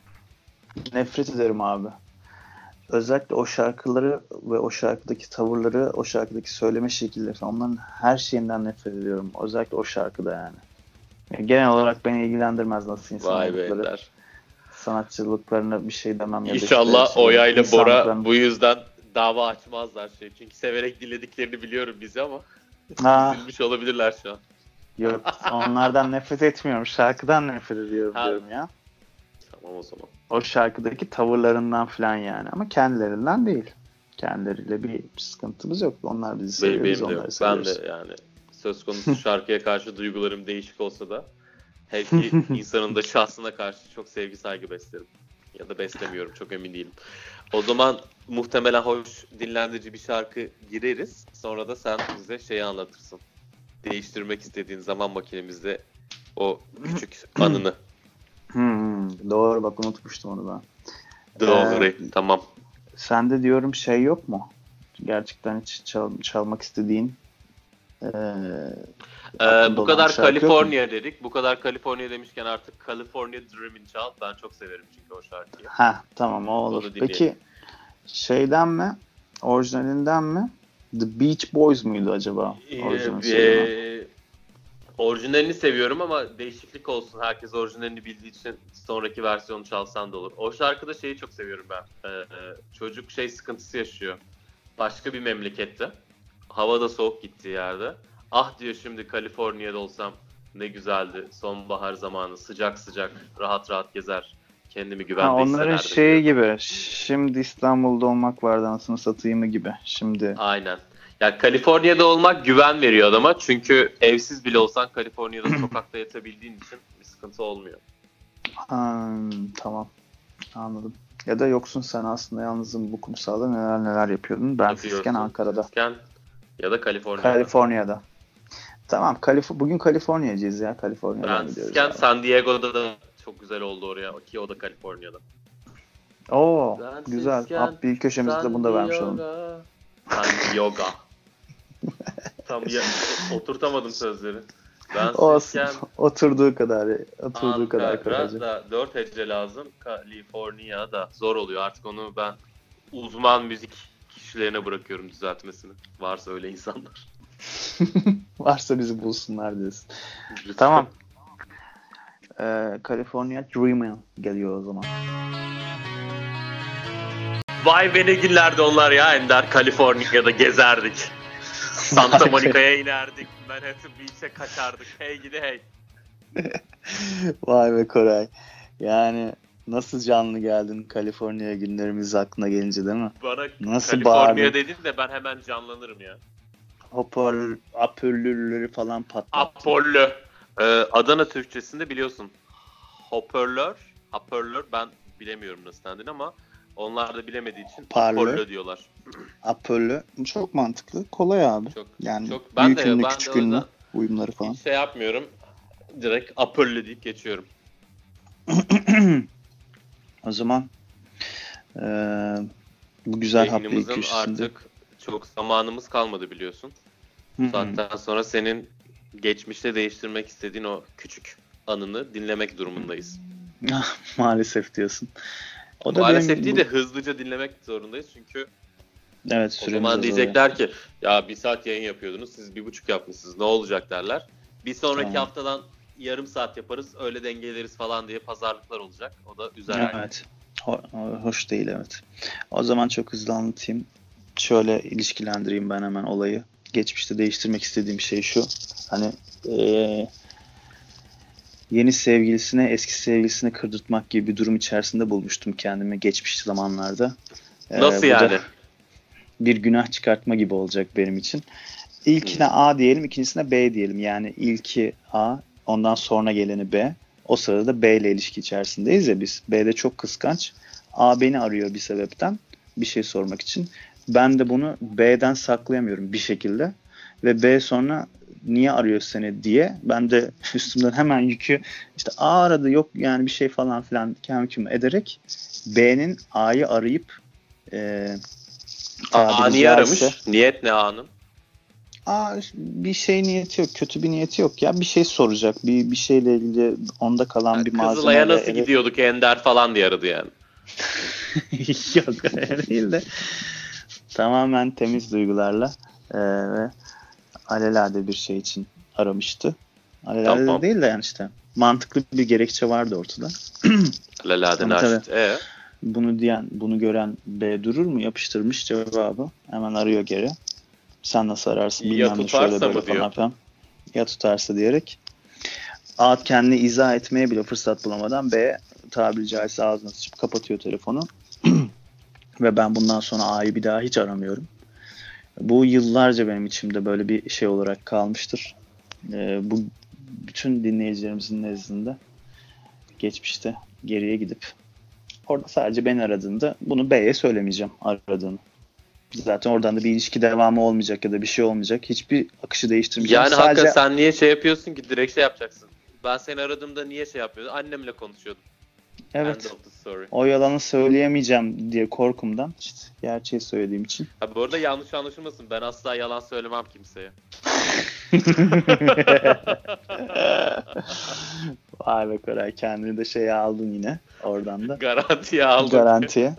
B: Nefret ederim abi. Özellikle o şarkıları ve o şarkıdaki tavırları, o şarkıdaki söyleme şekilleri falan, onların her şeyinden nefret ediyorum. Özellikle o şarkıda yani. Yani genel olarak beni ilgilendirmez nasıl insan
A: Vay be
B: oldukları,
A: Ender.
B: sanatçılıklarına bir şey demem ya da
A: İnşallah
B: işte
A: Oya ile Bora
B: insanlıklarına-
A: bu yüzden dava açmazlar şey. Çünkü severek dinlediklerini biliyorum bizi ama
B: Ha,
A: üzülmüş olabilirler şu an.
B: yok, onlardan nefret etmiyorum. Şarkıdan nefret ediyorum
A: Ha.
B: diyorum ya.
A: Tamam o zaman.
B: O şarkıdaki tavırlarından falan yani. Ama kendilerinden değil. Kendileriyle bir sıkıntımız yok. Onlar bizi
A: Benim,
B: seviyor, biz
A: benim de
B: onları
A: yok. Ben
B: seviyoruz.
A: de yani söz konusu şarkıya karşı duygularım değişik olsa da her iki insanın da şahsına karşı çok sevgi saygı beslerim. Ya da beslemiyorum, çok emin değilim. O zaman muhtemelen hoş, dinlendirici bir şarkı gireriz. Sonra da sen bize şeyi anlatırsın. Değiştirmek istediğin zaman makinemizde o küçük anını.
B: Hmm, doğru, bak unutmuştum onu ben.
A: Doğru,
B: Ee,
A: tamam.
B: Sende diyorum şey yok mu? Gerçekten hiç çal- çalmak istediğin ee,
A: Ee,
B: aklında
A: bu
B: olan
A: kadar
B: şarkı yok mu?
A: California dedik. Bu kadar California demişken artık California Dreamin' çal. Ben çok severim çünkü o şarkıyı.
B: Ha tamam, o olur.
A: Onu dinleyelim.
B: Peki şeyden mi? Orijinalinden mi? The Beach Boys muydu acaba? Orijinal söylenen.
A: Ee, orijinalini seviyorum ama değişiklik olsun. Herkes orijinalini bildiği için sonraki versiyonu çalsan da olur. O şarkıda şeyi çok seviyorum ben. Ee, çocuk şey sıkıntısı yaşıyor. Başka bir memlekette. Hava da soğuk gittiği yerde. Ah diyor, şimdi Kaliforniya'da olsam ne güzeldi. Sonbahar zamanı sıcak sıcak rahat rahat gezer. Kendimi
B: Ha,
A: güvende
B: onların
A: hissederdim
B: şeyi
A: diyor.
B: gibi. Şimdi İstanbul'da olmak vardı anasını satayımı gibi. Şimdi
A: Aynen. Ya Kaliforniya'da olmak güven veriyor adama. Çünkü evsiz bile olsan Kaliforniya'da sokakta yatabildiğin için bir sıkıntı olmuyor.
B: ha, tamam, anladım. Ya da yoksun sen aslında, yalnızım bu kumsalda neler neler yapıyordun. Ben
A: Yapıyorsun.
B: sizken Ankara'da.
A: Sizken ya da Kaliforniya'da.
B: Kaliforniya'da. Tamam, Kalif- bugün Kaliforniya'cıyız ya. Kaliforniya'dan
A: Ben
B: gidiyoruz.
A: sizken
B: abi.
A: San Diego'da da çok güzel oldu oraya. Ki o da Kaliforniya'da.
B: Oo,
A: Ben
B: güzel.
A: sizken
B: Up bir köşemizde de bunu da vermiş olalım.
A: San Diego. Tam ya, oturtamadım sözleri. Ben
B: Olsun.
A: sizken
B: Oturduğu kadar, oturduğu kadar kabaca.
A: Ankara'da dört hece lazım. Kaliforniya'da zor oluyor. Artık onu ben uzman müzik kişilerine bırakıyorum düzeltmesini. Varsa öyle insanlar.
B: Varsa bizi bulsunlar diyorsun. Tamam. Ee, California Dreaming geliyor o zaman.
A: Vay be, ne günlerdi onlar ya Ender. Kaliforniya'da gezerdik. Santa Monica'ya inerdik. Manhattan Beach'e kaçardık. Hey gidi hey.
B: Vay be Koray. Yani nasıl canlı geldin Kaliforniya günlerimiz aklına gelince, değil mi?
A: Bana
B: Nasıl
A: Kaliforniya
B: bağırdın?
A: dedin de ben hemen canlanırım ya.
B: Hopper, apörlürleri falan patlattı.
A: Apollo. Ee, Adana Türkçesinde biliyorsun. Hoparlör. Hoparlör ben bilemiyorum nasıl dendiğini ama onlar da bilemediği için
B: Parlör.
A: Apollo diyorlar.
B: Apörlü. Çok mantıklı. Kolay abi.
A: Çok,
B: Yani
A: çok, ben
B: büyük
A: de,
B: ünlü,
A: ben
B: küçük
A: de o
B: ünlü
A: yüzden
B: uyumları falan.
A: hiç şey yapmıyorum. Direkt Apollo deyip geçiyorum.
B: O zaman eee, bu güzel haplı ilk
A: Yayınımızın
B: köşesinde.
A: artık çok zamanımız kalmadı biliyorsun.
B: Hı hı.
A: Zaten sonra senin geçmişte değiştirmek istediğin o küçük anını dinlemek durumundayız.
B: Ah, maalesef diyorsun. O da
A: Maalesef
B: benim
A: değil
B: bu-
A: de hızlıca dinlemek zorundayız çünkü
B: evet,
A: o
B: süremiz
A: zaman
B: azalıyor.
A: diyecekler ki ya bir saat yayın yapıyordunuz siz bir buçuk yapmışsınız ne olacak derler. Bir sonraki
B: Tamam.
A: haftadan yarım saat yaparız öyle dengeleriz falan diye pazarlıklar olacak. O da üzer yani.
B: Evet. Ho- ho- hoş değil, evet. O zaman çok hızlı anlatayım. Şöyle ilişkilendireyim ben hemen olayı. Geçmişte değiştirmek istediğim şey şu. Hani eee, yeni sevgilisine eski sevgilisini kırdırtmak gibi bir durum içerisinde bulmuştum kendimi geçmiş zamanlarda. Eee,
A: Nasıl
B: bu da
A: yani?
B: bir günah çıkartma gibi olacak benim için. İlkine A diyelim, ikincisine B diyelim. Yani ilki A, ondan sonra geleni B. O sırada B ile ilişki içerisindeyiz ya biz. B'de çok kıskanç. A beni arıyor bir sebepten, bir şey sormak için. Ben de bunu B'den saklayamıyorum bir şekilde. Ve B sonra niye arıyor seni diye ben de üstümden hemen yükü işte A aradı yok yani bir şey falan filan kemküm ederek B'nin A'yı arayıp e,
A: Aa
B: tabiri
A: niye aramış?
B: caizse
A: Niyet ne A'nın?
B: Aa, bir şey niyeti yok, kötü bir niyeti yok ya. Bir şey soracak, bir bir şeyle ilgili onda kalan
A: Yani
B: bir
A: Kızılay'a
B: malzemeyle
A: nasıl
B: eve...
A: gidiyorduk Ender falan diye aradı yani.
B: Yok öyle değil de tamamen temiz duygularla e, ve alelade bir şey için aramıştı. Alelade
A: Tamam.
B: de değil de yani işte mantıklı bir gerekçe vardı ortada.
A: Lelade
B: Ama tabii
A: Naşit. Ee?
B: bunu diyen, bunu gören B durur mu? Yapıştırmış cevabı. Hemen arıyor geri. Sen nasıl ararsın
A: Ya
B: bilmem ne şöyle
A: tutarsa
B: böyle
A: mı diyor?
B: falan filan. Ya tutarsa diyerek. A kendini izah etmeye bile fırsat bulamadan B tabiri caizse ağzına sıçıp kapatıyor telefonu. Ve ben bundan sonra A'yı bir daha hiç aramıyorum. Bu yıllarca benim içimde böyle bir şey olarak kalmıştır. Ee, bu bütün dinleyicilerimizin nezdinde geçmişte geriye gidip orada sadece beni aradığında bunu B'ye söylemeyeceğim aradığını. Zaten oradan da bir ilişki devamı olmayacak ya da bir şey olmayacak. Hiçbir akışı değiştirmeyeceğim.
A: Yani
B: Sadece
A: hakikaten sen niye şey yapıyorsun ki? Direkt şey yapacaksın. Ben seni aradığımda niye şey yapıyordun? Annemle konuşuyordum. End
B: evet,
A: of the story.
B: o yalanı söyleyemeyeceğim diye korkumdan işte gerçeği söylediğim için.
A: Ha, bu arada yanlış anlaşılmasın. Ben asla yalan söylemem kimseye.
B: Vay be Koray, kendini de şeye aldın yine oradan da.
A: Garantiye aldım.
B: Garantiye.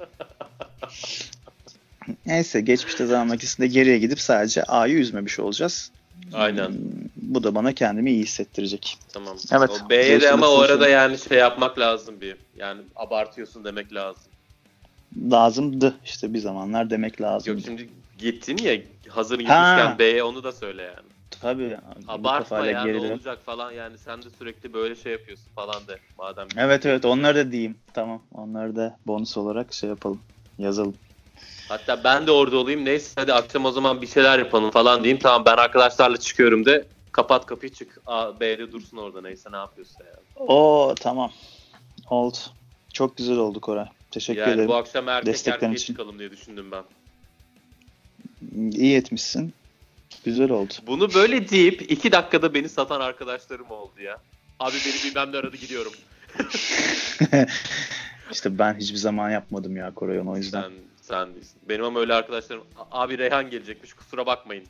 B: Neyse, geçmişte zaman makinesinde geriye gidip sadece A'yı üzmemiş olacağız.
A: Aynen.
B: Hmm, bu da bana kendimi iyi hissettirecek.
A: Tamam.
B: Evet.
A: O B'ye de ama o
B: Değiştirmek
A: arada yani şey yapmak lazım bir. Yani abartıyorsun demek lazım.
B: lazımdı işte bir zamanlar demek
A: Yok
B: lazımdı.
A: şimdi gittin ya hazır
B: Ha.
A: gitmişken B'ye onu da söyle yani.
B: Tabii. Bu
A: Abartma
B: kafayla
A: ya ne
B: geri dön.
A: olacak falan yani sen de sürekli böyle şey yapıyorsun falan de. Madem
B: Evet evet, onları da diyeyim. Tamam, onları da bonus olarak şey yapalım. Yazalım.
A: Hatta ben de orada olayım neyse hadi akşam o zaman bir şeyler yapalım falan diyeyim. Tamam ben arkadaşlarla çıkıyorum de kapat kapıyı çık. A, B'de dursun orada neyse ne yapıyorsa yani.
B: Oo tamam. Oldu. Çok güzel oldu Koray. Teşekkür
A: Yani
B: ederim.
A: bu akşam erkek
B: Desteklerin
A: erkeğe
B: için.
A: çıkalım diye düşündüm ben.
B: İyi etmişsin. Güzel oldu.
A: Bunu böyle deyip iki dakikada beni satan arkadaşlarım oldu ya. Abi beni bilmem ne aradı gidiyorum.
B: İşte ben hiçbir zaman yapmadım ya Koray onu, o yüzden.
A: Sen, sen değilsin. Benim ama öyle arkadaşlarım abi Reyhan gelecekmiş kusura bakmayın.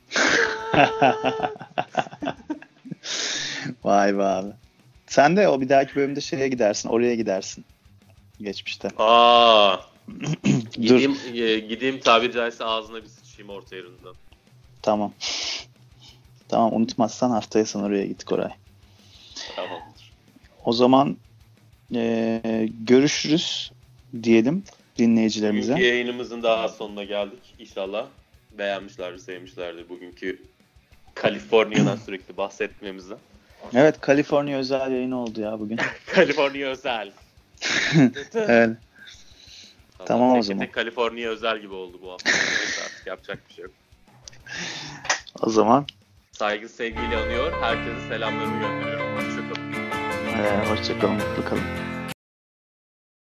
B: Vay be abi. Sen de o bir dahaki bölümde şeye gidersin, oraya gidersin. Geçmişte.
A: Aa.
B: Dur.
A: Gideyim, e, gideyim tabiri caizse ağzına bir sıçayım orta yerinden.
B: Tamam. Tamam, unutmazsan haftaya sen oraya git Koray.
A: Tamamdır.
B: O zaman e, görüşürüz diyelim dinleyicilerimize.
A: Bugünkü yayınımızın daha sonuna geldik. İnşallah beğenmişlerdir, sevmişlerdir bugünkü Kaliforniya'dan sürekli bahsetmemizden.
B: Evet, Kaliforniya özel yayını oldu ya bugün.
A: Kaliforniya özel.
B: Evet. Tamam o
A: tek
B: zaman.
A: Tek Kaliforniya özel gibi oldu bu hafta. Neyse artık yapacak bir şey yok.
B: O zaman
A: Saygı sevgiyle anıyor. Herkese selamlarımı gönderiyorum. Hoşçakalın.
B: e, hoşça kalın, mutlu kalın.